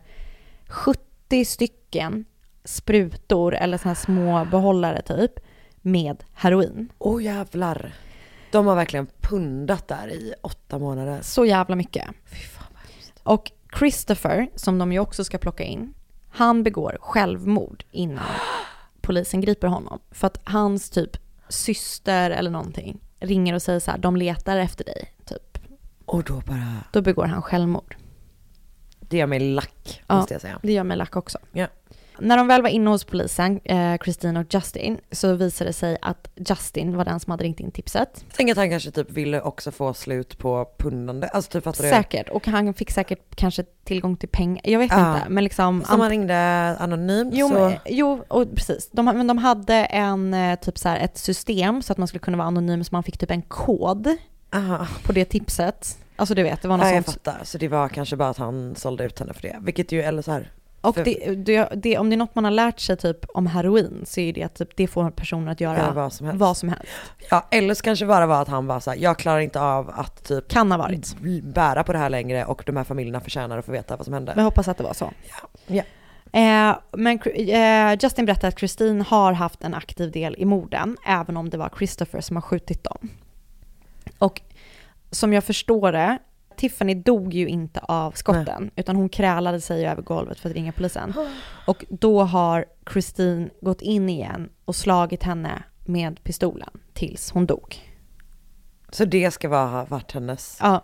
Speaker 8: 70 stycken sprutor eller såna här små behållare typ med heroin.
Speaker 9: Jävlar. De har verkligen pundat där i 8 månader.
Speaker 8: Så jävla mycket.
Speaker 9: Fy fan vad hemskt.
Speaker 8: Och Christopher, som de ju också ska plocka in, han begår självmord innan polisen griper honom. För att hans typ syster eller någonting ringer och säger så här: de letar efter dig typ.
Speaker 9: Och
Speaker 8: då begår han självmord.
Speaker 9: Det gör mig lack, måste jag säga.
Speaker 8: Det gör mig lack också.
Speaker 9: Ja.
Speaker 8: När de väl var inne hos polisen, Christine och Justin, så visade det sig att Justin var den som hade ringt in tipset.
Speaker 9: Jag tänker att han kanske typ ville också få slut på pundande. Alltså typ att
Speaker 8: säkert, och han fick säkert kanske tillgång till pengar. Jag vet inte, men liksom...
Speaker 9: Som han ringde anonymt.
Speaker 8: Jo, och precis. De hade en typ så här, ett system så att man skulle kunna vara anonym, så man fick typ en kod på det tipset. Alltså du vet, det var något sånt.
Speaker 9: Jag fattar. Så det var kanske bara att han sålde ut henne för det. Vilket ju, eller så här...
Speaker 8: Och om det är något man har lärt sig typ om heroin, så är det att typ, det får personer att göra vad som helst.
Speaker 9: Ja, eller så kanske bara var att han var så här: jag klarar inte av att typ
Speaker 8: kan ha varit
Speaker 9: bära på det här längre, och de här familjerna förtjänar att få veta vad som hände.
Speaker 8: Jag hoppas att det var så.
Speaker 9: Ja.
Speaker 8: Men Justin berättar att Christine har haft en aktiv del i morden, även om det var Christopher som har skjutit dem. Och som jag förstår det, Tiffany dog ju inte av skotten, utan hon krälade sig över golvet för att ringa polisen. Och då har Christine gått in igen och slagit henne med pistolen tills hon dog.
Speaker 9: Så det ska ha varit hennes...
Speaker 8: Ja.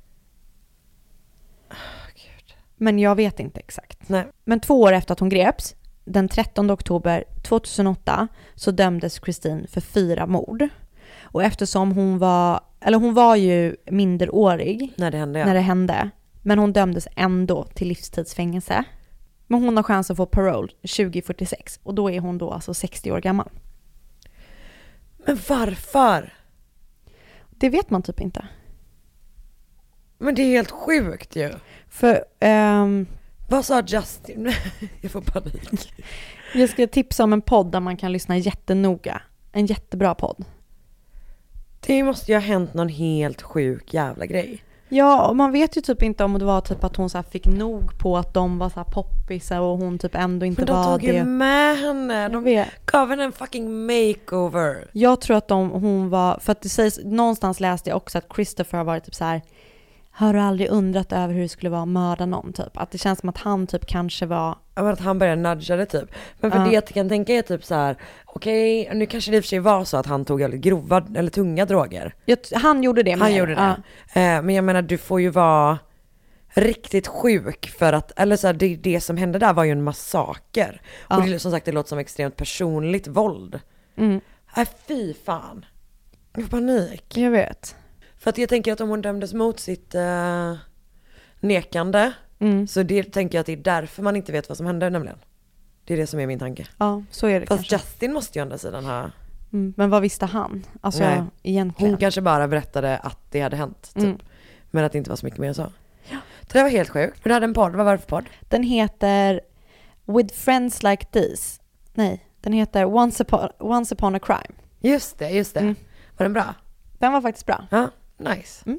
Speaker 8: Gud. Men jag vet inte exakt.
Speaker 9: Nej. Men
Speaker 8: 2 år efter att hon greps, den 13 oktober 2008, så dömdes Christine för 4 mord. Och eftersom hon var ju minderårig när det hände, men hon dömdes ändå till livstidsfängelse. Men hon har chans att få parole 2046, och då är hon då alltså 60 år gammal.
Speaker 9: Men varför?
Speaker 8: Det vet man typ inte.
Speaker 9: Men det är helt sjukt ju.
Speaker 8: För
Speaker 9: vad sa Justin? Jag får panik.
Speaker 8: Jag ska tipsa om en podd där man kan lyssna jättenoga. En jättebra podd.
Speaker 9: Det måste ju ha hänt någon helt sjuk jävla grej.
Speaker 8: Ja, och man vet ju typ inte om det var typ att hon så här fick nog på att de var så här poppisa och hon typ ändå inte var det.
Speaker 9: Men de tog ju med henne. De gav henne en fucking makeover.
Speaker 8: Jag tror att hon var, för att det sägs, någonstans läste jag också att Christopher har varit typ så här: har du aldrig undrat över hur det skulle vara att mörda någon typ? Att det känns som att han typ kanske var...
Speaker 9: Ja, att han började nudga det typ. Men för det jag kan tänka är typ så här: okej, nu kanske det i och för sig var så att han tog väldigt grova eller tunga droger.
Speaker 8: Han gjorde det.
Speaker 9: Han gjorde det. Men jag menar, du får ju vara riktigt sjuk för att, eller så här, det som hände där var ju en massaker. Och det, som sagt, det låter som extremt personligt våld. Fy fan. Jag får panik.
Speaker 8: Jag vet.
Speaker 9: För att jag tänker att om hon dömdes mot sitt nekande, så det tänker jag att det är därför man inte vet vad som hände nämligen. Det är det som är min tanke.
Speaker 8: Ja, så är det.
Speaker 9: Fast kanske. Justin måste ju andra sidan ha...
Speaker 8: Men vad visste han? Alltså egentligen.
Speaker 9: Hon kanske bara berättade att det hade hänt typ. Men att det inte var så mycket mer så. Ja. Det var helt sjukt. Men du hade en podd. Vad var det för podd?
Speaker 8: Den heter With Friends Like These. Nej, den heter Once upon a Crime.
Speaker 9: Just det. Var den bra?
Speaker 8: Den var faktiskt bra.
Speaker 9: Ja, nice.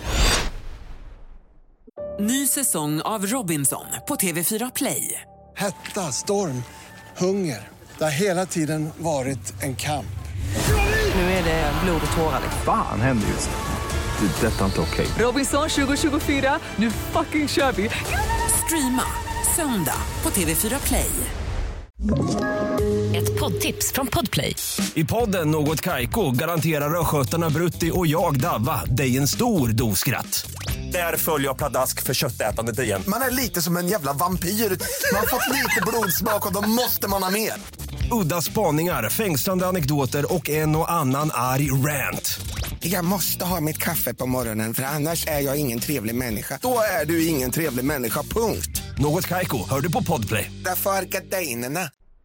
Speaker 1: Ny säsong av Robinson på TV4 Play.
Speaker 2: Hetta, storm, hunger. Det har hela tiden varit en kamp.
Speaker 1: Nu är det blod och tårar.
Speaker 3: Fan händer just det. Det är detta inte okej.
Speaker 1: Robinson 2024, nu fucking kör vi. Streama söndag på TV4 Play.
Speaker 10: Ett poddtips från Podplay.
Speaker 11: I podden Något Kaiko garanterar röskötarna Brutti och jag Davva dig en stor doskratt. Där följer jag pladask för köttätandet igen.
Speaker 12: Man är lite som en jävla vampyr. Man har fått lite blodsmak och då måste man ha mer.
Speaker 11: Udda spaningar, fängslande anekdoter och en och annan arg rant.
Speaker 12: Jag måste ha mitt kaffe på morgonen för annars är jag ingen trevlig människa. Då är du ingen trevlig människa, punkt.
Speaker 11: Något Kaiko, hör du på Podplay.
Speaker 12: Därför är gardinerna.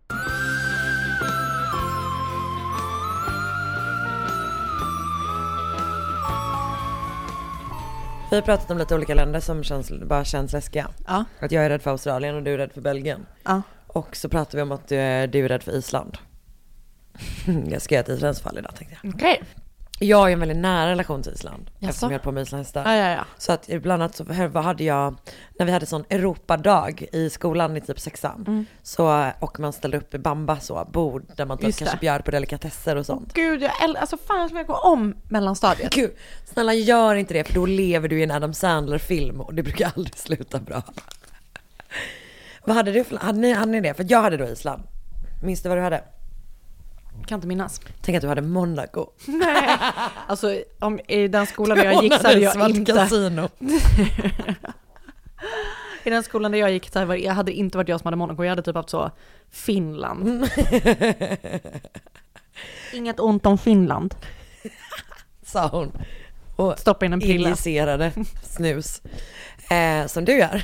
Speaker 9: Vi har pratat om lite olika länder som bara känns läskiga.
Speaker 8: Ja.
Speaker 9: Att jag är rädd för Australien och du är rädd för Belgien.
Speaker 8: Ja.
Speaker 9: Och så pratar vi om att du är rädd för Island. Jag ska göra ett isländsk fall idag, tänkte jag.
Speaker 8: Okej.
Speaker 9: Jag har ju en väldigt nära relation till Island.
Speaker 8: Jaså?
Speaker 9: Eftersom jag är på med islandshästar.
Speaker 8: Ja.
Speaker 9: Så att bland annat så vad hade jag, när vi hade sån Europadag i skolan i typ 6:an. Så, och man ställde upp i bamba så, bord där man kanske bjöd på delikatesser och sånt.
Speaker 8: Gud, alltså fan som jag går om mellanstadiet.
Speaker 9: Gud, snälla gör inte det, för då lever du i en Adam Sandler-film och det brukar aldrig sluta bra. Vad hade du för, hade ni det? För jag hade då Island. Minns du vad du hade?
Speaker 8: Kan inte minnas.
Speaker 9: Tänk att du hade Monaco.
Speaker 8: Nej, alltså om i den skolan där jag gick så hade jag inte
Speaker 9: kasino.
Speaker 8: I den skolan där jag gick så jag hade inte varit jag som hade Monaco. Jag hade typ haft så Finland. Inget ont om Finland,
Speaker 9: sa hon. Och
Speaker 8: stoppa in en pilla.
Speaker 9: Injicerade snus. Som du gör.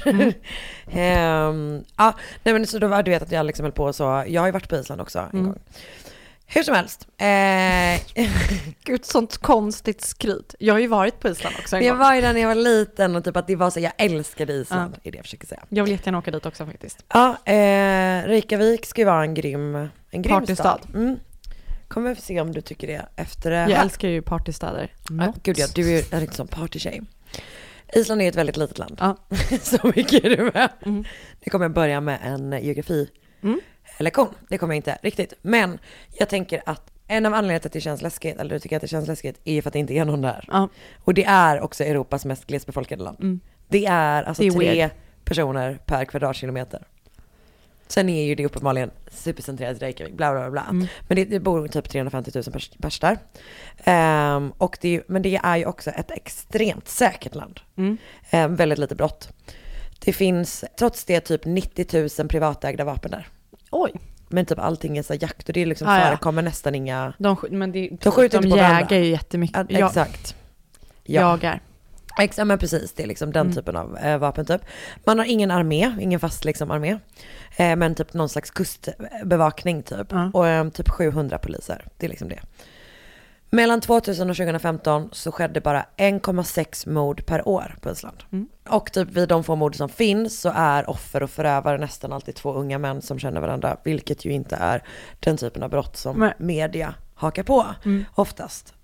Speaker 9: Ja, nej men så då var du vet att jag liksom höll på så. Jag har ju varit på Island också en gång. Hur som helst.
Speaker 8: Gud, sånt konstigt skryt. Jag har ju varit på Island också en gång.
Speaker 9: Jag var ju där när jag var liten och typ att det var så, jag älskade Island, är det jag försöker säga.
Speaker 8: Jag vill jättegärna åka dit också faktiskt.
Speaker 9: Ja, Reykjavik ska ju vara en grym
Speaker 8: partystad.
Speaker 9: Kommer vi få se om du tycker det efter det.
Speaker 8: Jag älskar ju partystäder.
Speaker 9: Gud ja, du är en sån partytjej. Island är ett väldigt litet land.
Speaker 8: Ja.
Speaker 9: Så mycket är du med. Nu kommer jag börja med en geografi lektion. Det kommer jag inte riktigt. Men jag tänker att en av anledningarna till att det känns läskigt, eller du tycker att det känns läskigt, är för att det inte är någon där.
Speaker 8: Ja.
Speaker 9: Och det är också Europas mest glesbefolkade land. Det är alltså 3 personer per kvadratkilometer. Sen är ju det uppenbarligen supercentrerat i Reykjavik, bla bla bla. Men det bor typ 350 000 pers där. Men det är ju också ett extremt säkert land. Väldigt lite brott. Det finns trots det typ 90 000 privatägda vapen där.
Speaker 8: Oj.
Speaker 9: Men typ allting är så jakt och det är liksom förekommer nästan inga.
Speaker 8: De skjuter
Speaker 9: de
Speaker 8: jägar ju jättemycket.
Speaker 9: Exakt.
Speaker 8: Jagar.
Speaker 9: Exakt, men precis, det är liksom den typen av vapen typ. Man har ingen armé, ingen fast liksom armé. Men typ någon slags kustbevakning typ. Och typ 700 poliser, det är liksom det. Mellan 2000 och 2015 så skedde bara 1,6 mord per år på Island. Och typ vid de få mord som finns så är offer och förövare nästan alltid 2 unga män som känner varandra. Vilket ju inte är den typen av brott som media hakar på oftast.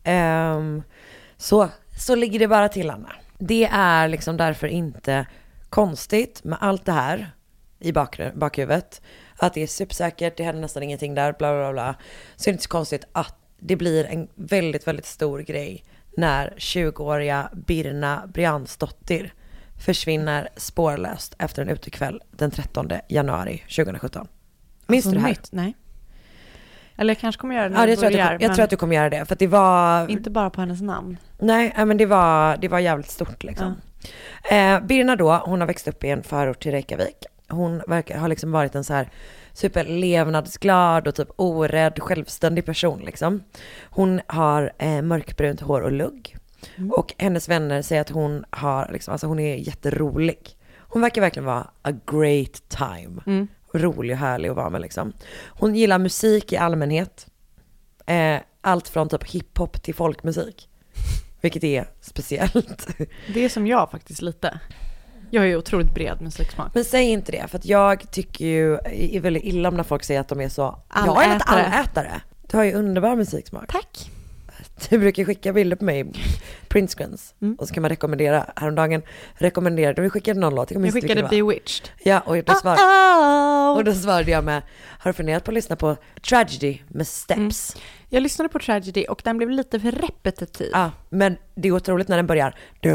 Speaker 9: Så ligger det bara till, Anna. Det är liksom därför inte konstigt med allt det här i bakhuvudet. Att det är supersäkert, det händer nästan ingenting där, bla bla bla. Så är det inte så konstigt att det blir en väldigt, väldigt stor grej när 20-åriga Birna Briansdottir försvinner spårlöst efter en utekväll den 13 januari 2017. Minns du det här?
Speaker 8: Nej. Eller jag kanske kommer göra det
Speaker 9: när jag tror att du kommer göra det. För att det var
Speaker 8: inte bara på hennes namn.
Speaker 9: Nej, men det var jävligt stort liksom. Birna då, hon har växt upp i en förort till Reykjavik. Hon har liksom varit en så här superlevnadsglad och typ orädd, självständig person liksom. Hon har mörkbrunt hår och lugg. Och hennes vänner säger att hon har liksom, alltså hon är jätterolig. Hon verkar verkligen vara a great time. Rolig och härlig att vara med liksom. Hon gillar musik i allmänhet. Allt från typ hiphop till folkmusik. Vilket är speciellt.
Speaker 8: Det är som jag faktiskt lite. Jag är ju otroligt bred musiksmak.
Speaker 9: Men säg inte det, för att jag tycker ju är väldigt illa när folk säger att de är så
Speaker 8: allätare.
Speaker 9: Jag är inte allätare. Du har ju underbar musiksmak.
Speaker 8: Tack.
Speaker 9: Du brukar skicka bilder på mig, printscreens. Och så kan man rekommendera. Häromdagen rekommenderade vi skickade någon låt.
Speaker 8: Jag skickade Bewitched.
Speaker 9: Ja, och då svarade jag med, har du funderat på att lyssna på Tragedy med Steps?
Speaker 8: Jag lyssnade på Tragedy och den blev lite för repetitiv.
Speaker 9: Ja, men det är otroligt när den börjar.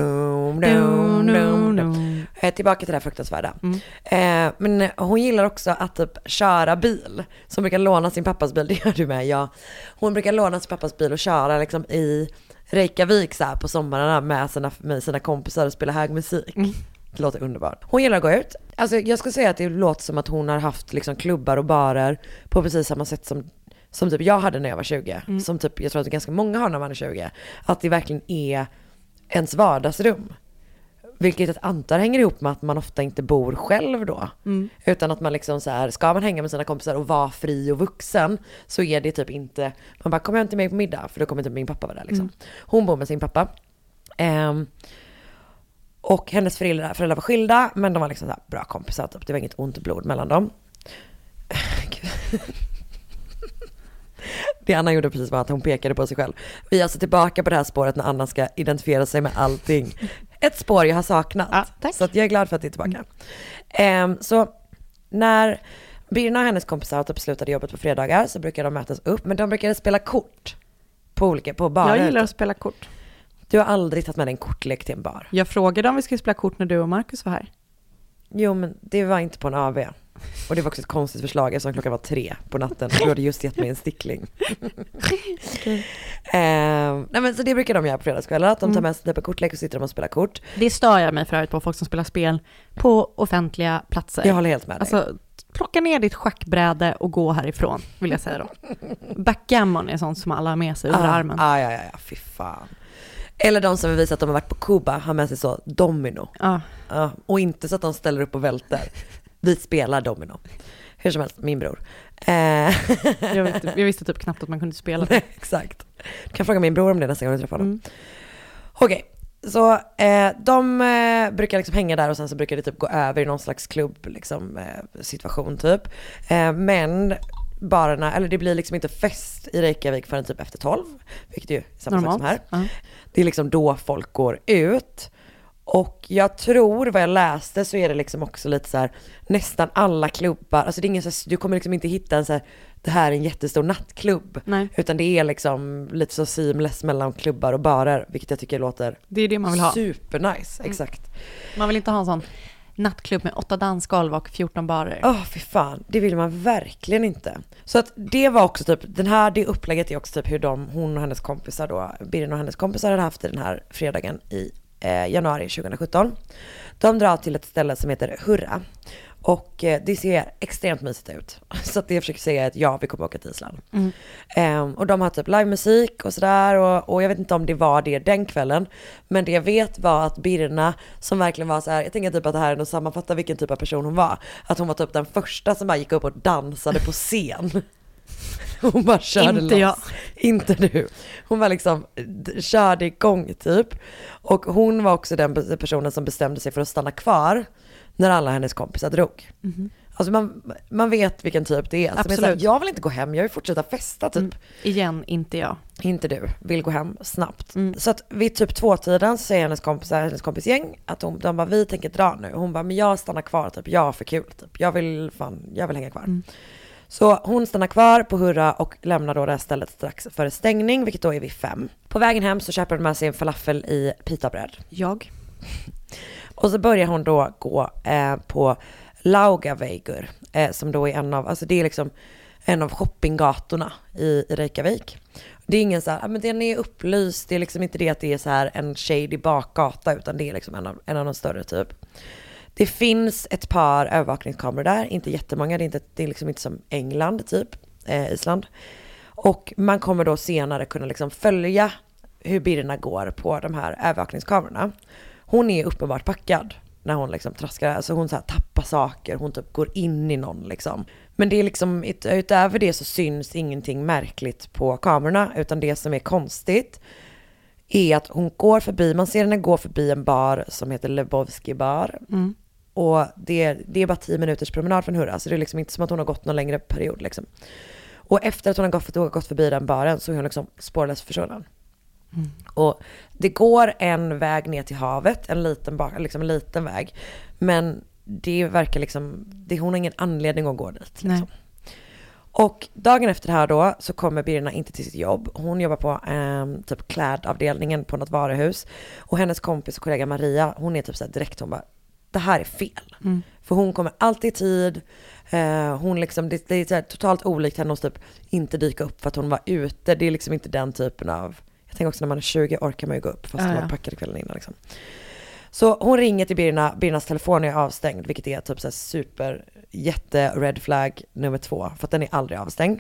Speaker 9: Tillbaka till det här fruktansvärda. Men hon gillar också att typ köra bil. Så hon brukar låna sin pappas bil, det gör du med, ja. Hon brukar låna sin pappas bil och köra liksom i Reykjavik så här på sommarna med sina kompisar och spela hög musik. Det låter underbart. Hon gillar att gå ut. Alltså jag ska säga att det låter som att hon har haft liksom klubbar och barer på precis samma sätt som typ jag hade när jag var 20. Som typ, jag tror att ganska många har när man är 20. Att det verkligen är ens vardagsrum. Vilket jag antar hänger ihop med att man ofta inte bor själv då. Utan att man liksom så här, ska man hänga med sina kompisar och vara fri och vuxen, så är det typ inte, man bara, kommer jag inte med på middag? För då kommer inte min pappa vara där liksom. Hon bor med sin pappa. Och hennes föräldrar var skilda, men de var liksom så här bra kompisar typ. Det var inget ont blod mellan dem. Det Anna gjorde precis var att hon pekade på sig själv. Vi är alltså tillbaka på det här spåret när Anna ska identifiera sig med allting. Ett spår jag har saknat. Så att jag är glad för att det är tillbaka. Så när Birna och hennes kompisar typ slutade jobbet på fredagar så brukar de mötas upp. Men de brukade spela kort på barer.
Speaker 8: Jag gillar att spela kort.
Speaker 9: Du har aldrig tagit med en kortlek till en bar.
Speaker 8: Jag frågade om vi skulle spela kort när du och Marcus var här.
Speaker 9: Jo, men det var inte på en AV. Och det var också ett konstigt förslag eftersom klockan var 3 på natten. Du hade just gett mig en stickling. Nej, men så det brukar de göra på fredagskvällar. Att de tar med sig på kortlek och sitter och spelar kort.
Speaker 8: Det stör jag mig förut på, folk som spelar spel på offentliga platser.
Speaker 9: Jag håller helt med dig.
Speaker 8: Alltså, plocka ner ditt schackbräde och gå härifrån, vill jag säga då. Backgammon är sånt som alla har med sig under armen.
Speaker 9: Ja, fy fan. Eller de som vill visa att de har varit på Kuba har med sig så domino. Och inte så att de ställer upp och välter. Vi spelar domino. Hur som helst, min bror.
Speaker 8: Jag visste typ knappt att man kunde spela.
Speaker 9: Nej, exakt. Du kan fråga min bror om det nästa gång du träffar honom. Okej, så de brukar liksom hänga där och sen så brukar det typ gå över i någon slags klubb liksom, situation typ. Men barerna, eller det blir liksom inte fest i Reykjavik förrän typ efter 12, vilket är ju samma sak som här. Det är liksom då folk går ut. Och jag tror, vad jag läste så är det liksom också lite så här, nästan alla klubbar, alltså det är ingen så här, du kommer liksom inte hitta en så här, det här är en jättestor nattklubb.
Speaker 8: Nej.
Speaker 9: Utan det är liksom lite så seamless mellan klubbar och barer, vilket jag tycker låter
Speaker 8: det är det man vill ha.
Speaker 9: Supernice, exakt.
Speaker 8: Man vill inte ha en sån nattklubb med 8 dansgolv och 14 barer.
Speaker 9: Fy fan, det vill man verkligen inte. Så att det var också typ, det upplägget är också typ hur hon och hennes kompisar då, Birna och hennes kompisar hade haft den här fredagen i januari 2017. De drar till ett ställe som heter Hurra. Och det ser extremt mysigt ut. Så att det jag försöker säga är att ja, vi kommer åka till Island. Och de har typ livemusik och sådär. Och jag vet inte om det var det den kvällen. Men det jag vet var att Birna, som verkligen var så här, jag tänker typ att det här är att sammanfatta vilken typ av person hon var. Att hon var typ den första som bara gick upp och dansade på scen. Hon bara körde
Speaker 8: inte jag.
Speaker 9: Inte du. Hon var liksom körde igång typ. Och hon var också den personen som bestämde sig för att stanna kvar när alla hennes kompisar drog. Alltså man vet vilken typ det är. Alltså
Speaker 8: absolut.
Speaker 9: Här, jag vill inte gå hem, jag vill fortsätta festa typ.
Speaker 8: Igen, inte jag.
Speaker 9: Inte du, vill gå hem snabbt. Så att vid typ 2-tiden så säger hennes kompisgäng att de bara, vi tänker dra nu. Hon bara, men jag stannar kvar typ, jag är för kul typ. Jag vill hänga kvar. Så hon stannar kvar på Hurra och lämnar då det här stället strax före stängning, vilket då är vid 5. På vägen hem så köper hon med sig en falafel i pitabröd. Och så börjar hon då gå på Laugaveigur, som då är det är liksom en av shoppinggatorna i Reykjavik. Det är ingen så här, men den är upplyst, det är liksom inte det att det är så här en shady bakgata, utan det är liksom en av de större typ. Det finns ett par övervakningskameror där, inte jättemånga, det är liksom inte som England typ, Island. Och man kommer då senare kunna liksom följa hur Birna går på de här övervakningskamerorna. Hon är uppenbart packad när hon liksom traskar, alltså hon så här tappar saker, hon typ går in i någon liksom. Men det är liksom, utöver det så syns ingenting märkligt på kamerorna, utan det som är konstigt är att man ser henne gå förbi en bar som heter Lebowski bar. Och det är bara 10 minuters promenad från Hurra, så det är liksom inte som att hon har gått någon längre period liksom. Och efter att hon har gått förbi den baren så är hon liksom spårlöst försvunnen. Och det går en väg ner till havet, en liten väg, men det verkar liksom, hon har ingen anledning att gå dit liksom. Och dagen efter det här då så kommer Birna inte till sitt jobb. Hon jobbar på typ klädavdelningen på något varuhus. Och hennes kompis och kollega Maria, hon är typ så här direkt, hon bara, det här är fel. För hon kommer alltid i tid. Hon liksom, det är så här totalt olikt henne att typ inte dyka upp för att hon var ute. Det är liksom inte den typen av, Jag tänker också när man är 20 orkar man ju gå upp fast man packade kvällen innan liksom. Så hon ringer till Birnas telefon är avstängd, vilket är typ så här super jätte red flag nummer 2, för att den är aldrig avstängd.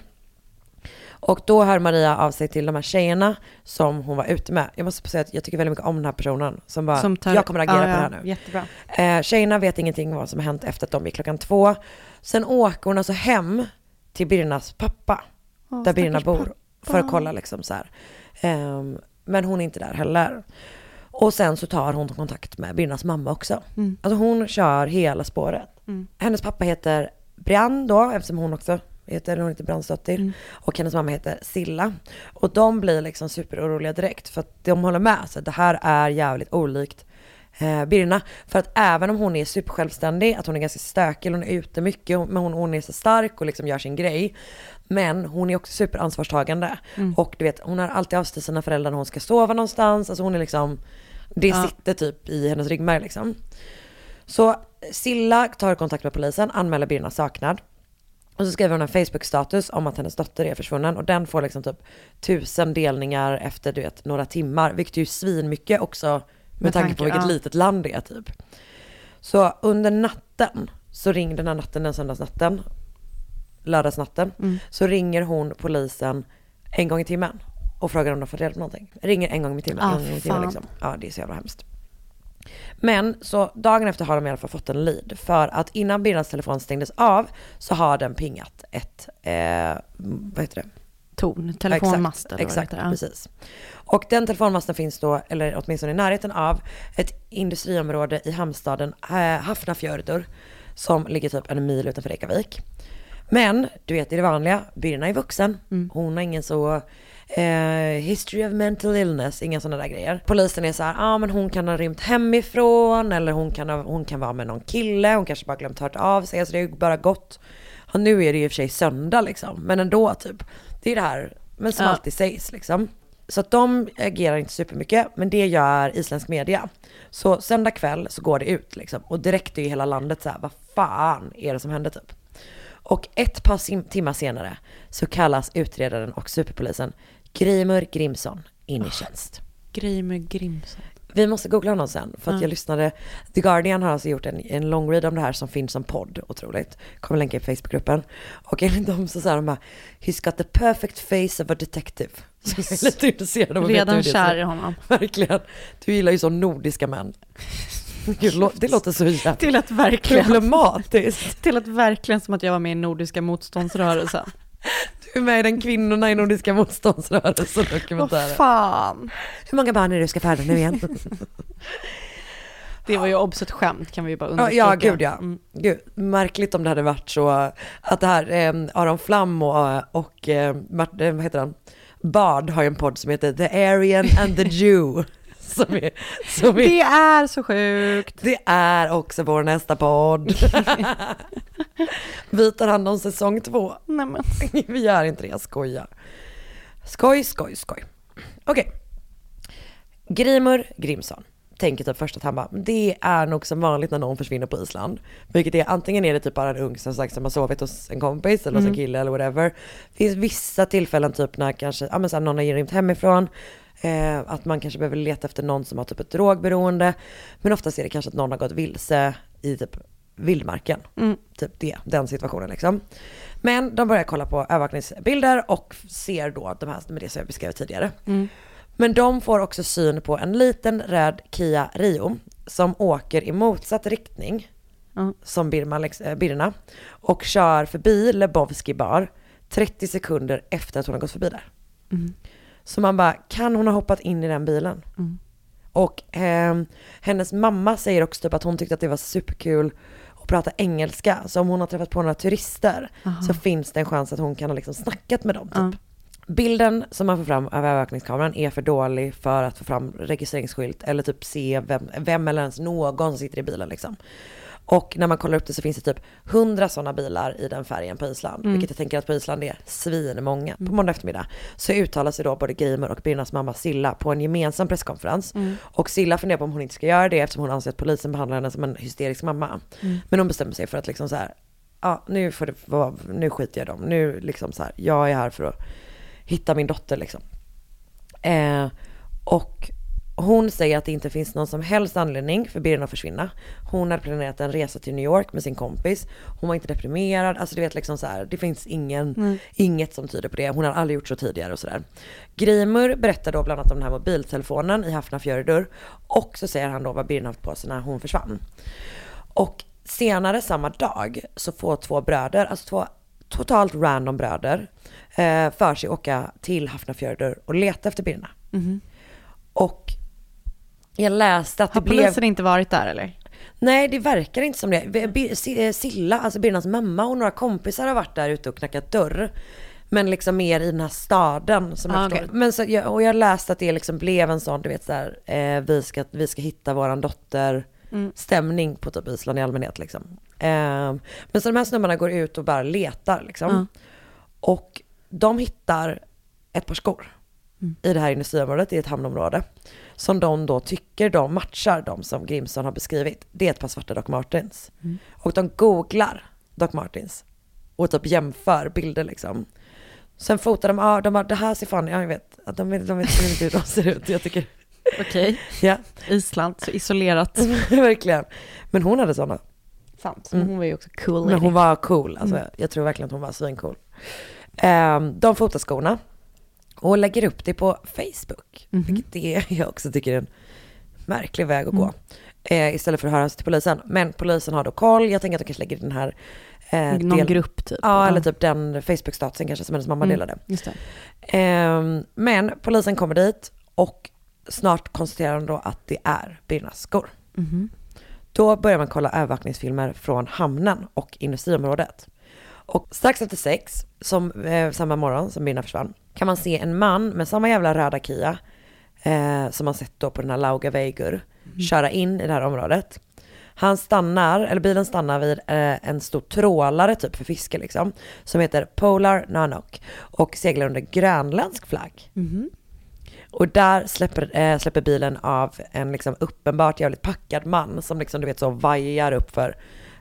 Speaker 9: Och då hör Maria av sig till de här tjejerna som hon var ute med. Jag måste säga att jag tycker väldigt mycket om den här personen som bara, jag kommer agera på det här nu.
Speaker 8: Jättebra.
Speaker 9: Tjejerna vet ingenting vad som har hänt efter att de gick 2:00. Sen åker hon alltså hem till Birnas pappa, där Birna bor, för att kolla liksom så här. Men hon är inte där heller. Och sen så tar hon kontakt med Birnas mamma också. Alltså hon kör hela spåret. Hennes pappa heter Brian då, eftersom hon också heter Brandsdotter. Och hennes mamma heter Silla. Och de blir liksom superoroliga direkt, för att de håller med. Så det här är jävligt olikt Birna. För att även om hon är supersjälvständig, att hon är ganska stökig, hon är ute mycket, men hon är så stark och liksom gör sin grej. Men hon är också superansvarstagande. Och du vet, hon har alltid avstått sina föräldrar när hon ska sova någonstans. Alltså hon är liksom, det sitter typ i hennes ryggmärg liksom. Så Silla tar kontakt med polisen, anmäler Birna saknad. Och så skriver hon en Facebook-status om att hennes dotter är försvunnen. Och den får liksom typ 1000 delningar efter du vet några timmar. Vilket är ju svinmycket också med tanke på vilket litet land det är typ. Så under natten, så ringde den här natten, den söndagsnatten, lördagsnatten, så ringer hon polisen en gång i timmen och frågar om de får reda på någonting. Ringer en gång i timmen, liksom. Ja, det är så jävla hemskt. Men så dagen efter har de i alla fall fått en lead, för att innan Birnas telefon stängdes av så har den pingat ett vad heter det?
Speaker 8: Torn, telefonmast.
Speaker 9: Exakt, precis. Och den telefonmasten finns då, eller åtminstone i närheten av ett industriområde i hamnstaden Hafnarfjörður, som ligger typ en mil utanför Reykjavik. Men du vet, det är det vanliga, Birna är vuxen. Hon har ingen så history of mental illness, inga sådana där grejer. Polisen är så här, men hon kan ha rymt hemifrån, eller hon kan vara med någon kille, hon kanske bara glömt hört av sig, alltså det är ju bara gått. Och nu är det ju i och för sig söndag liksom, men ändå typ, det är det här, men som alltid sägs liksom. Så att de agerar inte supermycket, men det gör isländsk media. Så söndag kväll så går det ut liksom, och direkt är ju hela landet så här, vad fan är det som händer typ? Och ett par timmar senare så kallas utredaren och superpolisen Grimur Grimsson in i tjänst.
Speaker 8: Grimur Grimsson.
Speaker 9: Vi måste googla honom sen, för att jag lyssnade. The Guardian har alltså gjort en long read om det här som finns som podd, otroligt. Kommer länka i Facebookgruppen. Och enligt dem så säger de här, he's got the perfect face of a detective. Så jag är lite intresserad av att
Speaker 8: redan kär i honom.
Speaker 9: Verkligen. Du gillar ju så nordiska män. Gud, det låter så jävla
Speaker 8: till att verkligen
Speaker 9: problematiskt.
Speaker 8: Till att verkligen som att jag var med i Nordiska motståndsrörelsen.
Speaker 9: Du är med i den kvinnorna i Nordiska motståndsrörelsen dokumentären.
Speaker 8: Vad fan.
Speaker 9: Hur många barn är du ska föda nu igen?
Speaker 8: Det var ju obs ett skämt, kan vi ju bara understryka.
Speaker 9: Ja, gud ja. Gud, märkligt om det hade varit så att det här Aron Flam och vad heter han? Bard har ju en podd som heter The Aryan and the Jew. Som är,
Speaker 8: det är så sjukt.
Speaker 9: Det är också vår nästa podd. Vi tar hand om säsong 2.
Speaker 8: Nej, men.
Speaker 9: Vi gör inte det, jag skojar. Skoj. Okej. Grimur Grimsson tänker typ först att han bara, det är nog som vanligt när någon försvinner på Island. Vilket är, antingen är det typ bara en ung som sagt som har sovit hos en kompis eller hos en kille eller whatever. Det finns vissa tillfällen typ när kanske så här, någon har rymt hemifrån. Att man kanske behöver leta efter någon som har typ ett drogberoende. Men oftast är det kanske att någon har gått vilse i typ vildmarken. Typ den situationen liksom. Men de börjar kolla på övervakningsbilder och ser då de här med det som jag beskrev tidigare. Men de får också syn på en liten röd Kia Rio som åker i motsatt riktning som Birna och kör förbi Lebowski bar 30 sekunder efter att hon har gått förbi där. Så man bara, kan hon ha hoppat in i den bilen? Och hennes mamma säger också typ att hon tyckte att det var superkul att prata engelska. Så om hon har träffat på några turister så finns det en chans att hon kan ha liksom snackat med dem typ. Bilden som man får fram av övervakningskameran är för dålig för att få fram registreringsskylt eller typ se vem eller ens någon som sitter i bilen liksom. Och när man kollar upp det så finns det typ 100 sådana bilar i den färgen på Island. Vilket jag tänker att på Island är svinmånga. På måndag eftermiddag så uttalar sig då både Grimur och Birnas mamma Silla på en gemensam presskonferens. Och Silla funderar på om hon inte ska göra det eftersom hon anser att polisen behandlar henne som en hysterisk mamma. Men hon bestämmer sig för att liksom så här, nu får det vara, nu skiter jag dem. Nu liksom så här, jag är här för att hitta min dotter liksom. Och hon säger att det inte finns någon som helst anledning för Birna att försvinna. Hon hade planerat en resa till New York med sin kompis. Hon var inte deprimerad. Alltså du vet liksom så här, det finns inget som tyder på det. Hon har aldrig gjort så tidigare och sådär. Grimur berättar då bland annat om den här mobiltelefonen i Hafnarfjörður. Och så säger han då vad Birna haft på sig när hon försvann. Och senare samma dag så får 2 bröder, alltså 2 totalt random bröder, för sig åka till Hafnarfjörður och leta efter Birna. Och jag läste att
Speaker 8: har polisen inte varit där eller?
Speaker 9: Nej, det verkar inte som det. Silla, alltså Birnas mamma och några kompisar har varit där ute och knackat dörr. Men liksom mer i den här staden som jag förstår. Men så, jag läste att det liksom blev en sån, du vet så här, vi ska hitta våran dotter stämning på typ Island i allmänhet liksom. Men så de här snubbarna går ut och bara letar liksom. Och de hittar ett par skor i det här industriområdet, i ett hamnområde, som de då tycker de matchar de som Grimson har beskrivit. Det är ett par svarta Doc Martens. Och de googlar Doc Martens och typ jämför bilder liksom. Sen fotar de bara, det här ser fan, jag vet att de vet inte hur de ser ut, jag tycker.
Speaker 8: Okej.
Speaker 9: Ja.
Speaker 8: Island, så isolerat.
Speaker 9: Verkligen. Men hon hade såna.
Speaker 8: Sant, men hon var ju också cool.
Speaker 9: Men hon var cool, alltså jag tror verkligen att hon var svincool. De fotar skorna och lägger upp det på Facebook. Vilket det jag också tycker är en märklig väg att gå. Istället för att höra sig till polisen. Men polisen har då koll. Jag tänker att de kanske lägger den här
Speaker 8: någon grupp typ.
Speaker 9: Ja, eller typ den Facebook-statusen kanske som hennes mamma delade.
Speaker 8: Just det.
Speaker 9: Men polisen kommer dit och snart konstaterar de då att det är Birnas skor. Då börjar man kolla övervakningsfilmer från hamnen och industriområdet. Och strax efter 6, samma morgon som Birna försvann, kan man se en man med samma jävla röda Kia som man sett då på den här Lauga Veigur köra in i det här området. Bilen stannar vid en stor trålare typ för fiske liksom, som heter Polar Nanook och seglar under grönländsk flagg. Och där släpper bilen av en liksom uppenbart jävligt packad man som liksom du vet så vajar upp för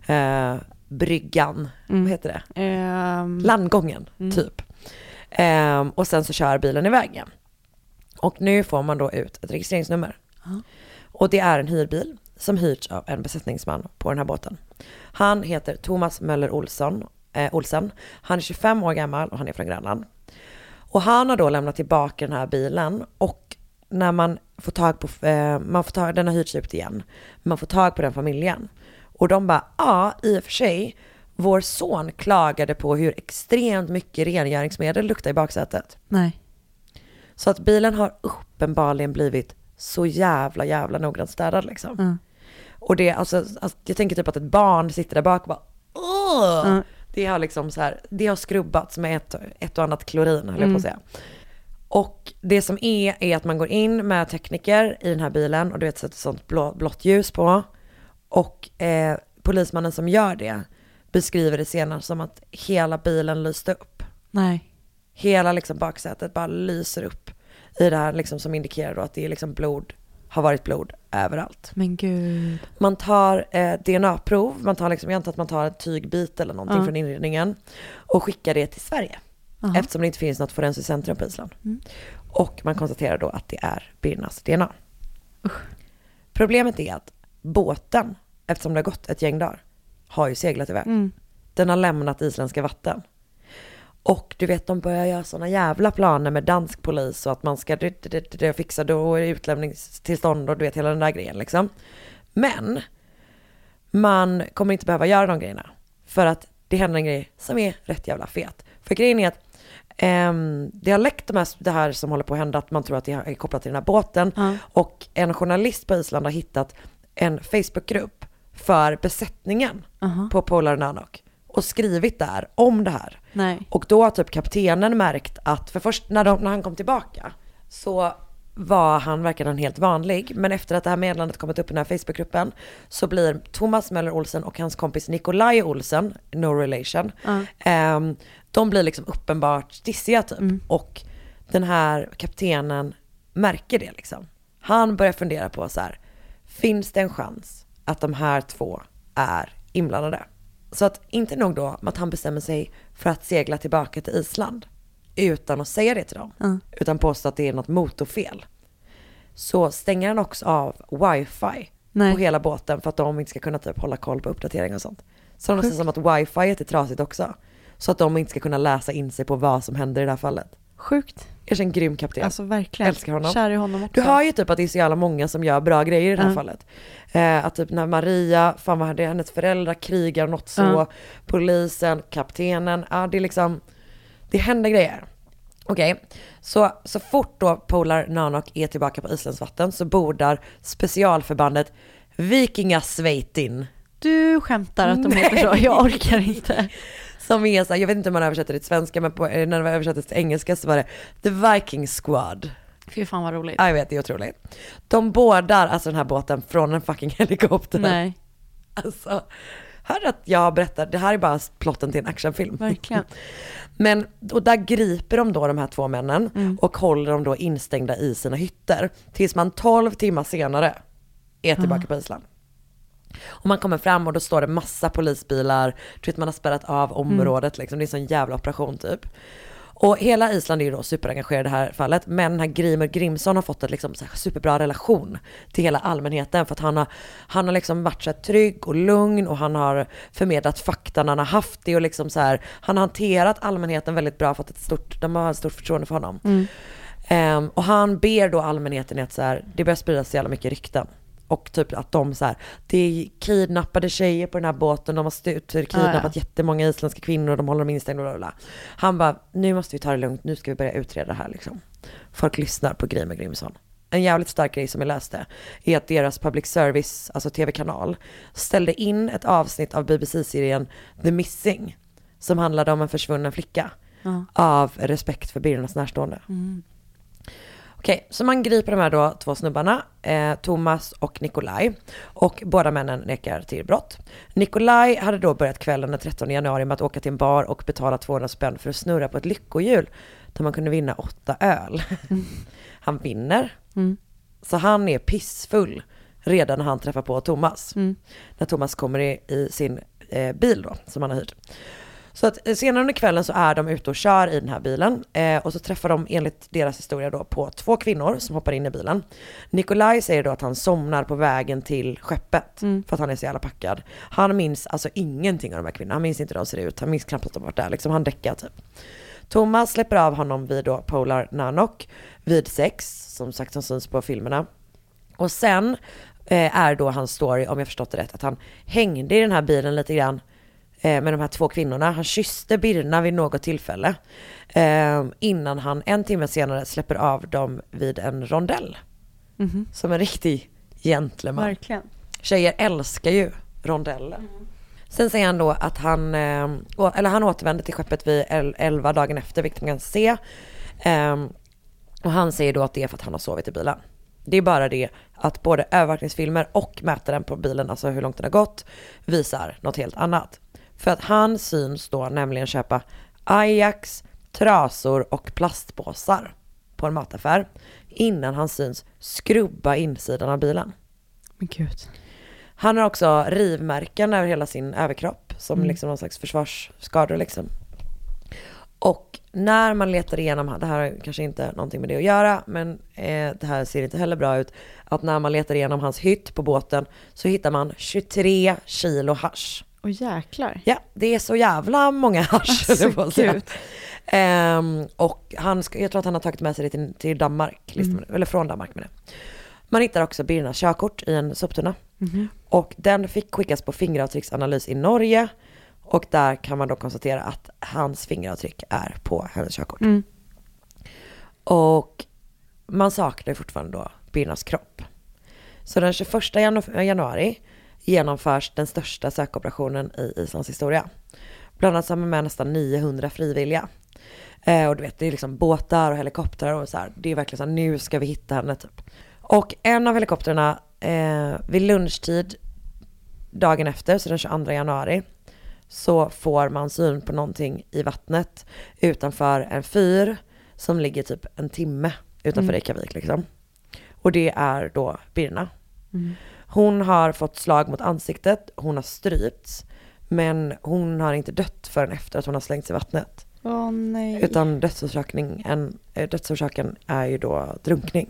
Speaker 9: bryggan, vad heter det? Landgången typ. Och sen så kör bilen iväg igen. Och nu får man då ut ett registreringsnummer. Och det är en hyrbil som hyrts av en besättningsman på den här båten. Han heter Thomas Möller Olsen. Han är 25 år gammal och han är från Grönland. Och han har då lämnat tillbaka den här bilen, och när man får tag på, den har hyrts ut igen. Man får tag på den familjen. Och de bara, i och för sig, vår son klagade på hur extremt mycket rengöringsmedel luktar i baksätet.
Speaker 8: Nej.
Speaker 9: Så att bilen har uppenbarligen blivit så jävla noggrant städad liksom. Och det, alltså, jag tänker typ att ett barn sitter där bak och bara, det har liksom så här, det har skrubbats med ett och annat klorin, höll jag på att säga. Och det som är att man går in med tekniker i den här bilen och du vet, sätter sånt blått ljus på. Och polismannen som gör det beskriver det senare som att hela bilen lyste upp.
Speaker 8: Nej.
Speaker 9: Hela liksom baksätet bara lyser upp i det här liksom, som indikerar då att det är liksom har varit blod överallt.
Speaker 8: Men gud.
Speaker 9: Man tar DNA-prov, man tar liksom, jag antar att man tar en tygbit eller någonting från inredningen och skickar det till Sverige. Eftersom det inte finns något forensiskt centrum på Island. Och man konstaterar då att det är Birnas DNA. Problemet är att båten, eftersom det har gått ett gäng dagar, har ju seglat iväg. Den har lämnat isländska vatten. Och du vet, de börjar göra såna jävla planer med dansk polis och att man ska fixa då utlämningstillstånd och du vet hela den där grejen liksom. Men man kommer inte behöva göra de grejerna, för att det händer en grej som är rätt jävla fet. För grejen är att det har läckt det här som håller på att hända, att man tror att det är kopplat till den här båten. Och en journalist på Island har hittat en Facebookgrupp för besättningen på Polar Nanook och skrivit där om det här.
Speaker 8: Nej.
Speaker 9: Och då har typ kaptenen märkt att, för först när han kom tillbaka så verkade han helt vanlig. Men efter att det här meddelandet kommit upp i den här Facebookgruppen så blir Thomas Möller Olsen och hans kompis Nikolaj Olsen, no relation, de blir liksom uppenbart stissiga typ. Och den här kaptenen märker det liksom. Han börjar fundera på så här, finns det en chans att de här två är inblandade? Så att inte nog då med att han bestämmer sig för att segla tillbaka till Island. utan att säga det till dem, utan påstå att det är något motorfel, så stänger han också av wifi på hela båten för att de inte ska kunna typ hålla koll på uppdateringar och sånt. Så det är nästan som att wifi är trasigt också, så att de inte ska kunna läsa in sig på vad som händer i det här fallet.
Speaker 8: Sjukt.
Speaker 9: Jag är en grym kapten.
Speaker 8: Alltså verkligen.
Speaker 9: Älskar honom.
Speaker 8: Kär i honom också.
Speaker 9: Du hör ju typ att det är så jävla många som gör bra grejer i det här fallet. Att typ när Maria, fan vad hade hennes föräldrar krigar något så, polisen, kaptenen, det är liksom, det händer grejer. Okej, så fort då Polar Nanook är tillbaka på Islands vatten så bordar specialförbandet Vikingasveitin.
Speaker 8: Du skämtar att de heter så, jag orkar inte.
Speaker 9: Som är så här, jag vet inte om man översätter det till svenska, men när det översattes till engelska så var det The Viking Squad.
Speaker 8: Fy fan vad roligt.
Speaker 9: Ja, jag vet, det är otroligt. De bordar alltså den här båten från en fucking helikopter.
Speaker 8: Nej.
Speaker 9: Alltså, hör att jag berättar, det här är bara plotten till en actionfilm.
Speaker 8: Verkligen.
Speaker 9: Men, och där griper de då de här två männen och håller dem då instängda i sina hytter tills man 12 timmar senare är tillbaka på Island. Och man kommer fram och då står det massa polisbilar, du vet man har spärrat av området liksom, det är en sån jävla operation typ. Och hela Island är ju då superengagerad i det här fallet, men den här Grímur Grímsson har fått ett liksom så här superbra relation till hela allmänheten, för att han har liksom varit så här trygg och lugn, och han har förmedlat fakta när han har haft det, och liksom så här, han har hanterat allmänheten väldigt bra, för att de har ett stort förtroende för honom. Och han ber då allmänheten att så här, det börjar spridas så jävla mycket rykten. Och typ att de så här, det är kidnappade tjejer på den här båten, de har kidnappat jättemånga isländska kvinnor och de håller dem instängda och bla. Han bara, nu måste vi ta det lugnt, nu ska vi börja utreda det här liksom. Folk lyssnar på Grímur Grímsson. En jävligt stark grej som jag läste är att deras public service, alltså tv-kanal, ställde in ett avsnitt av BBC-serien The Missing, som handlade om en försvunnen flicka, av respekt för Birnas närstående. Okej, så man griper de här då två snubbarna, Thomas och Nikolaj, och båda männen nekar till brott. Nikolaj hade då börjat kvällen den 13 januari med att åka till en bar och betala 200 spänn för att snurra på ett lyckohjul där man kunde vinna 8 öl. Han vinner, så han är pissfull redan när han träffar på Thomas. När Thomas kommer i sin bil då, som han har hyrt. Så att senare under kvällen så är de ute och kör i den här bilen, och så träffar de enligt deras historia då på 2 kvinnor som hoppar in i bilen. Nikolaj säger då att han somnar på vägen till skeppet för att han är så jävla packad. Han minns alltså ingenting av de här kvinnorna, han minns inte hur de ser ut, han minns knappt att de har varit där, liksom, han däckar typ. Thomas släpper av honom vid då Polar Nanook vid 6, som sagt som syns på filmerna. Och sen är då hans story, om jag förstått det rätt, att han hängde i den här bilen lite grann med de här 2 kvinnorna. Han kysste Birna vid något tillfälle innan han 1 timme senare släpper av dem vid en rondell. Som en riktig gentleman.
Speaker 8: Verkligen.
Speaker 9: Tjejer älskar ju rondeller. Sen säger han då att han återvänder till skeppet vid 11 dagen efter, vilket man kan se. Och han säger då att det är för att han har sovit i bilen. Det är bara det att både övervakningsfilmer och mätaren på bilen, alltså hur långt den har gått, visar något helt annat. För att han syns då nämligen köpa Ajax, trasor och plastpåsar på en mataffär innan han syns skrubba insidan av bilen.
Speaker 8: Men gud.
Speaker 9: Han har också rivmärken över hela sin överkropp som liksom någon slags försvarsskador liksom. Och när man letar igenom, det här har kanske inte någonting med det att göra, men det här ser inte heller bra ut, att när man letar igenom hans hytt på båten så hittar man 23 kilo hasch.
Speaker 8: Och jäklar.
Speaker 9: Ja, det är så jävla många hasch.
Speaker 8: Alltså,
Speaker 9: och jag tror att han har tagit med sig det till Danmark, eller från Danmark med det. Man hittar också Birnas körkort i en soptunna. Och den fick skickas på fingeravtrycksanalys i Norge. Och där kan man då konstatera att hans fingeravtryck är på hennes körkort. Och man saknar fortfarande då Birnas kropp. Så den 21 januari genomförs den största sökoperationen i Islands historia. Bland annat samman med nästan 900 frivilliga. Och du vet, det är liksom båtar och helikoptrar och så här. Det är verkligen så här, nu ska vi hitta henne typ. Och en av helikoptrarna vid lunchtid dagen efter, så den 22 januari, så får man syn på någonting i vattnet utanför en fyr som ligger typ en timme utanför Reykjavik liksom. Och det är då Birna. Hon har fått slag mot ansiktet, hon har strypts, men hon har inte dött förrän efter att hon har slängts i vattnet.
Speaker 8: nej.
Speaker 9: Utan dödsorsaken är ju då drunkning.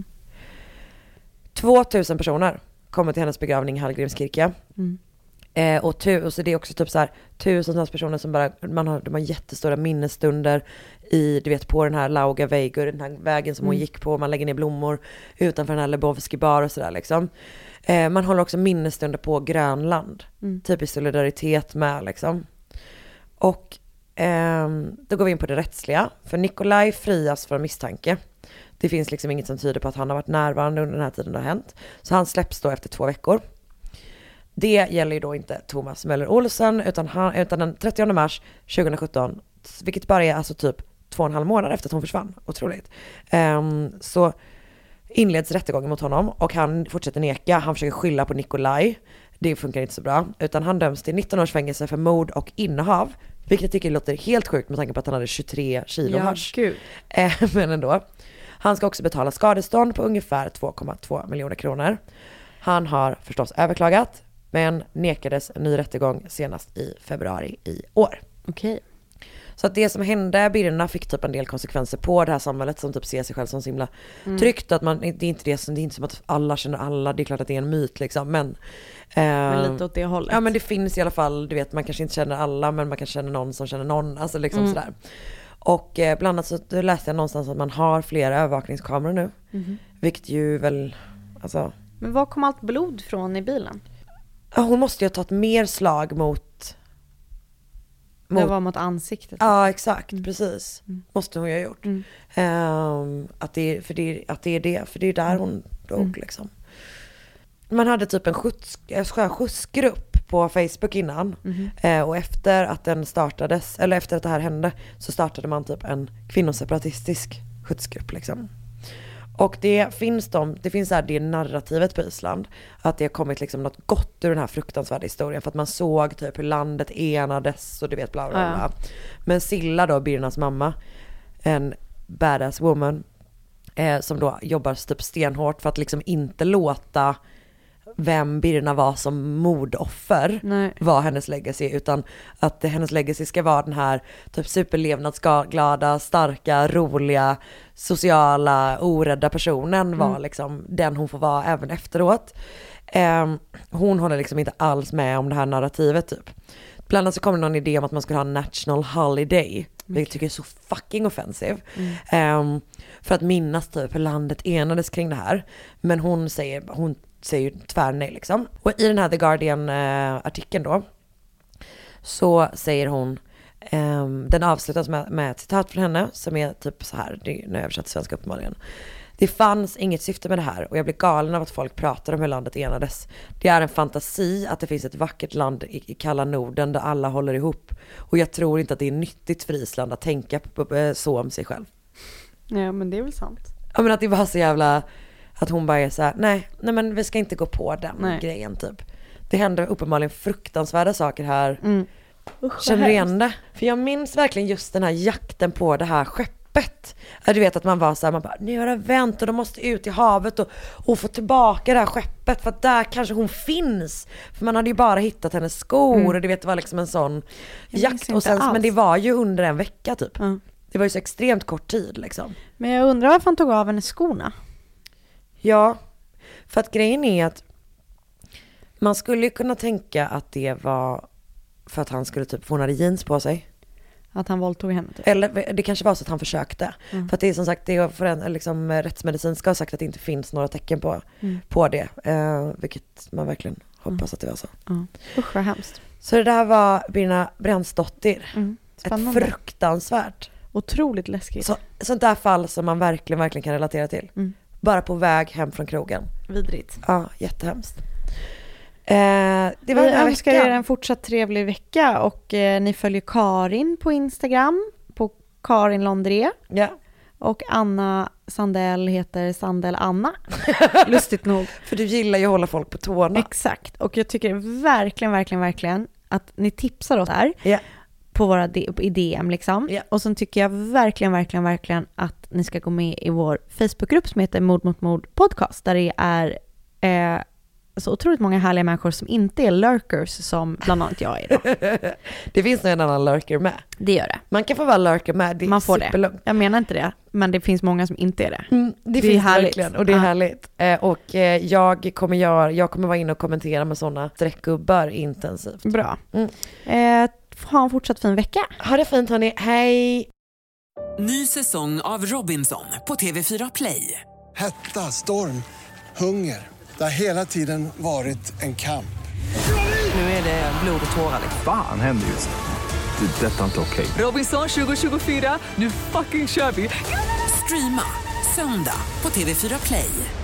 Speaker 9: 2000 personer kommer till hennes begravning i Hallgrímskirkja. Och så det är också typ så här tusentals personer som bara, de har jättestora minnesstunder i, du vet, på den här Lauga Veigur, den här vägen som hon gick på, man lägger ner blommor utanför den här Lebowski bar och sådär liksom. Man håller också minnesstunder på Grönland, typ i solidaritet med liksom. Och då går vi in på det rättsliga, för Nikolaj frias från misstanke. Det finns liksom inget som tyder på att han har varit närvarande under den här tiden det har hänt. Så han släpps då efter 2 veckor. Det gäller ju då inte Thomas Möller Olsen utan den 30 mars 2017, vilket bara är alltså typ 2,5 månader efter att hon försvann. Otroligt. Så inleds rättegången mot honom och han fortsätter neka. Han försöker skylla på Nikolaj. Det funkar inte så bra. Utan han döms till 19 års fängelse för mord och innehav. Vilket jag tycker låter helt sjukt med tanke på att han hade 23 kilo hasch. Men ändå. Han ska också betala skadestånd på ungefär 2,2 miljoner kronor. Han har förstås överklagat, men nekades en ny rättegång senast i februari i år.
Speaker 8: Okej.
Speaker 9: Så att det som hände, Birna fick typ en del konsekvenser på det här samhället som typ ser sig själv som så himla tryggt. Att det är inte som att alla känner alla, det är klart att det är en myt liksom. Men
Speaker 8: lite åt det hållet.
Speaker 9: Ja, men det finns i alla fall, du vet, man kanske inte känner alla, men man kanske känner någon som känner någon. Alltså liksom sådär. Och bland annat så läste jag någonstans att man har flera övervakningskameror nu. Vilket ju väl, alltså...
Speaker 8: Men var kom allt blod från i bilen?
Speaker 9: Ja, hon måste ju ha tagit mer slag mot...
Speaker 8: Det var mot ansiktet.
Speaker 9: Ja, exakt, precis. Måste hon ju ha gjort. För det är där hon dog liksom. Man hade typ en skjutsgrupp på Facebook innan. Och efter att den startades, eller efter att det här hände, så startade man typ en kvinnoseparatistisk skjutsgrupp liksom. Och det finns så här, det narrativet på Island, att det har kommit liksom något gott ur den här fruktansvärda historien, för att man såg typ hur landet enades och du vet bla bla bla. Men Silla då, Birnas mamma, en badass woman, som då jobbar typ stenhårt för att liksom inte låta vem Birna var som mordoffer var hennes legacy, utan att hennes legacy ska vara den här typ superlevnadsglada, starka, roliga, sociala, orädda personen var liksom den hon får vara även efteråt. Hon håller liksom inte alls med om det här narrativet typ. Bland annat så kommer någon idé om att man skulle ha en national holiday, vilket jag tycker är så fucking offensive. För att minnas typ hur landet enades kring det här. Men hon säger ju tvär nej liksom. Och i den här The Guardian-artikeln då, så säger hon, den avslutas med ett citat från henne som är typ så här, det är nu översatt till svenska uppenbarligen. Det fanns inget syfte med det här och jag blir galen av att folk pratar om hur landet enades. Det är en fantasi att det finns ett vackert land i kalla Norden där alla håller ihop. Och jag tror inte att det är nyttigt för Island att tänka så om sig själv.
Speaker 8: Ja, men det är väl sant.
Speaker 9: Ja, men att det var så jävla... Att hon bara är så här, nej men vi ska inte gå på den grejen typ. Det händer uppenbarligen fruktansvärda saker här. Känner du igen det? För jag minns verkligen just den här jakten på det här skeppet. Du vet att man var så här, man bara, nu har det vänt och de måste ut i havet och få tillbaka det här skeppet, för att där kanske hon finns. För man hade ju bara hittat hennes skor och du vet, det var liksom en sån jakt. Och sen, men det var ju under en vecka typ. Det var ju så extremt kort tid liksom.
Speaker 8: Men jag undrar varför han tog av hennes skorna.
Speaker 9: Ja, för att grejen är att man skulle kunna tänka att det var för att han skulle typ få några jeans på sig.
Speaker 8: Att han våldtog henne typ.
Speaker 9: Eller det kanske var så att han försökte. För att det är som sagt, det är för en liksom, rättsmedicinska har sagt att det inte finns några tecken på det. Vilket man verkligen hoppas att det var så.
Speaker 8: Usch, vad hemskt.
Speaker 9: Så det där var Birna Brännstottir.
Speaker 8: Spännande.
Speaker 9: Ett fruktansvärt.
Speaker 8: Otroligt läskigt.
Speaker 9: Sånt där fall som man verkligen kan relatera till. Bara på väg hem från krogen.
Speaker 8: Vidrigt.
Speaker 9: Ja, jättehemskt.
Speaker 8: Det var jag önskar er en fortsatt trevlig vecka. Och ni följer Karin på Instagram. På Karin Londré.
Speaker 9: Ja.
Speaker 8: Och Anna Sandell heter Sandell Anna. Lustigt nog.
Speaker 9: För du gillar ju att hålla folk på tårna.
Speaker 8: Exakt. Och jag tycker verkligen att ni tipsar oss här.
Speaker 9: Yeah.
Speaker 8: På våra i DM liksom.
Speaker 9: Yeah.
Speaker 8: Och sen tycker jag verkligen att ni ska gå med i vår Facebookgrupp som heter Mord mot mord podcast, där det är så otroligt många härliga människor som inte är lurkers som bland annat jag är idag.
Speaker 9: Det finns nog en annan lurker med.
Speaker 8: Det gör det.
Speaker 9: Man kan få vara lurker med, det är
Speaker 8: man får
Speaker 9: superlugnt.
Speaker 8: det. Jag menar inte det, men det finns många som inte är det.
Speaker 9: Det finns verkligen, och det är härligt. Och jag kommer vara inne och kommentera med sådana streckgubbar intensivt.
Speaker 8: Bra. Ha en fortsatt fin vecka.
Speaker 9: Ha det fint hörni, hej!
Speaker 1: Ny säsong av Robinson på TV4 Play.
Speaker 2: Hetta, storm, hunger. Det har hela tiden varit en kamp.
Speaker 1: Nu är det blod och tårar.
Speaker 3: Fan händer just det. Det är detta inte okej.
Speaker 1: Robinson 2024, nu fucking kör vi. Streama söndag på TV4 Play.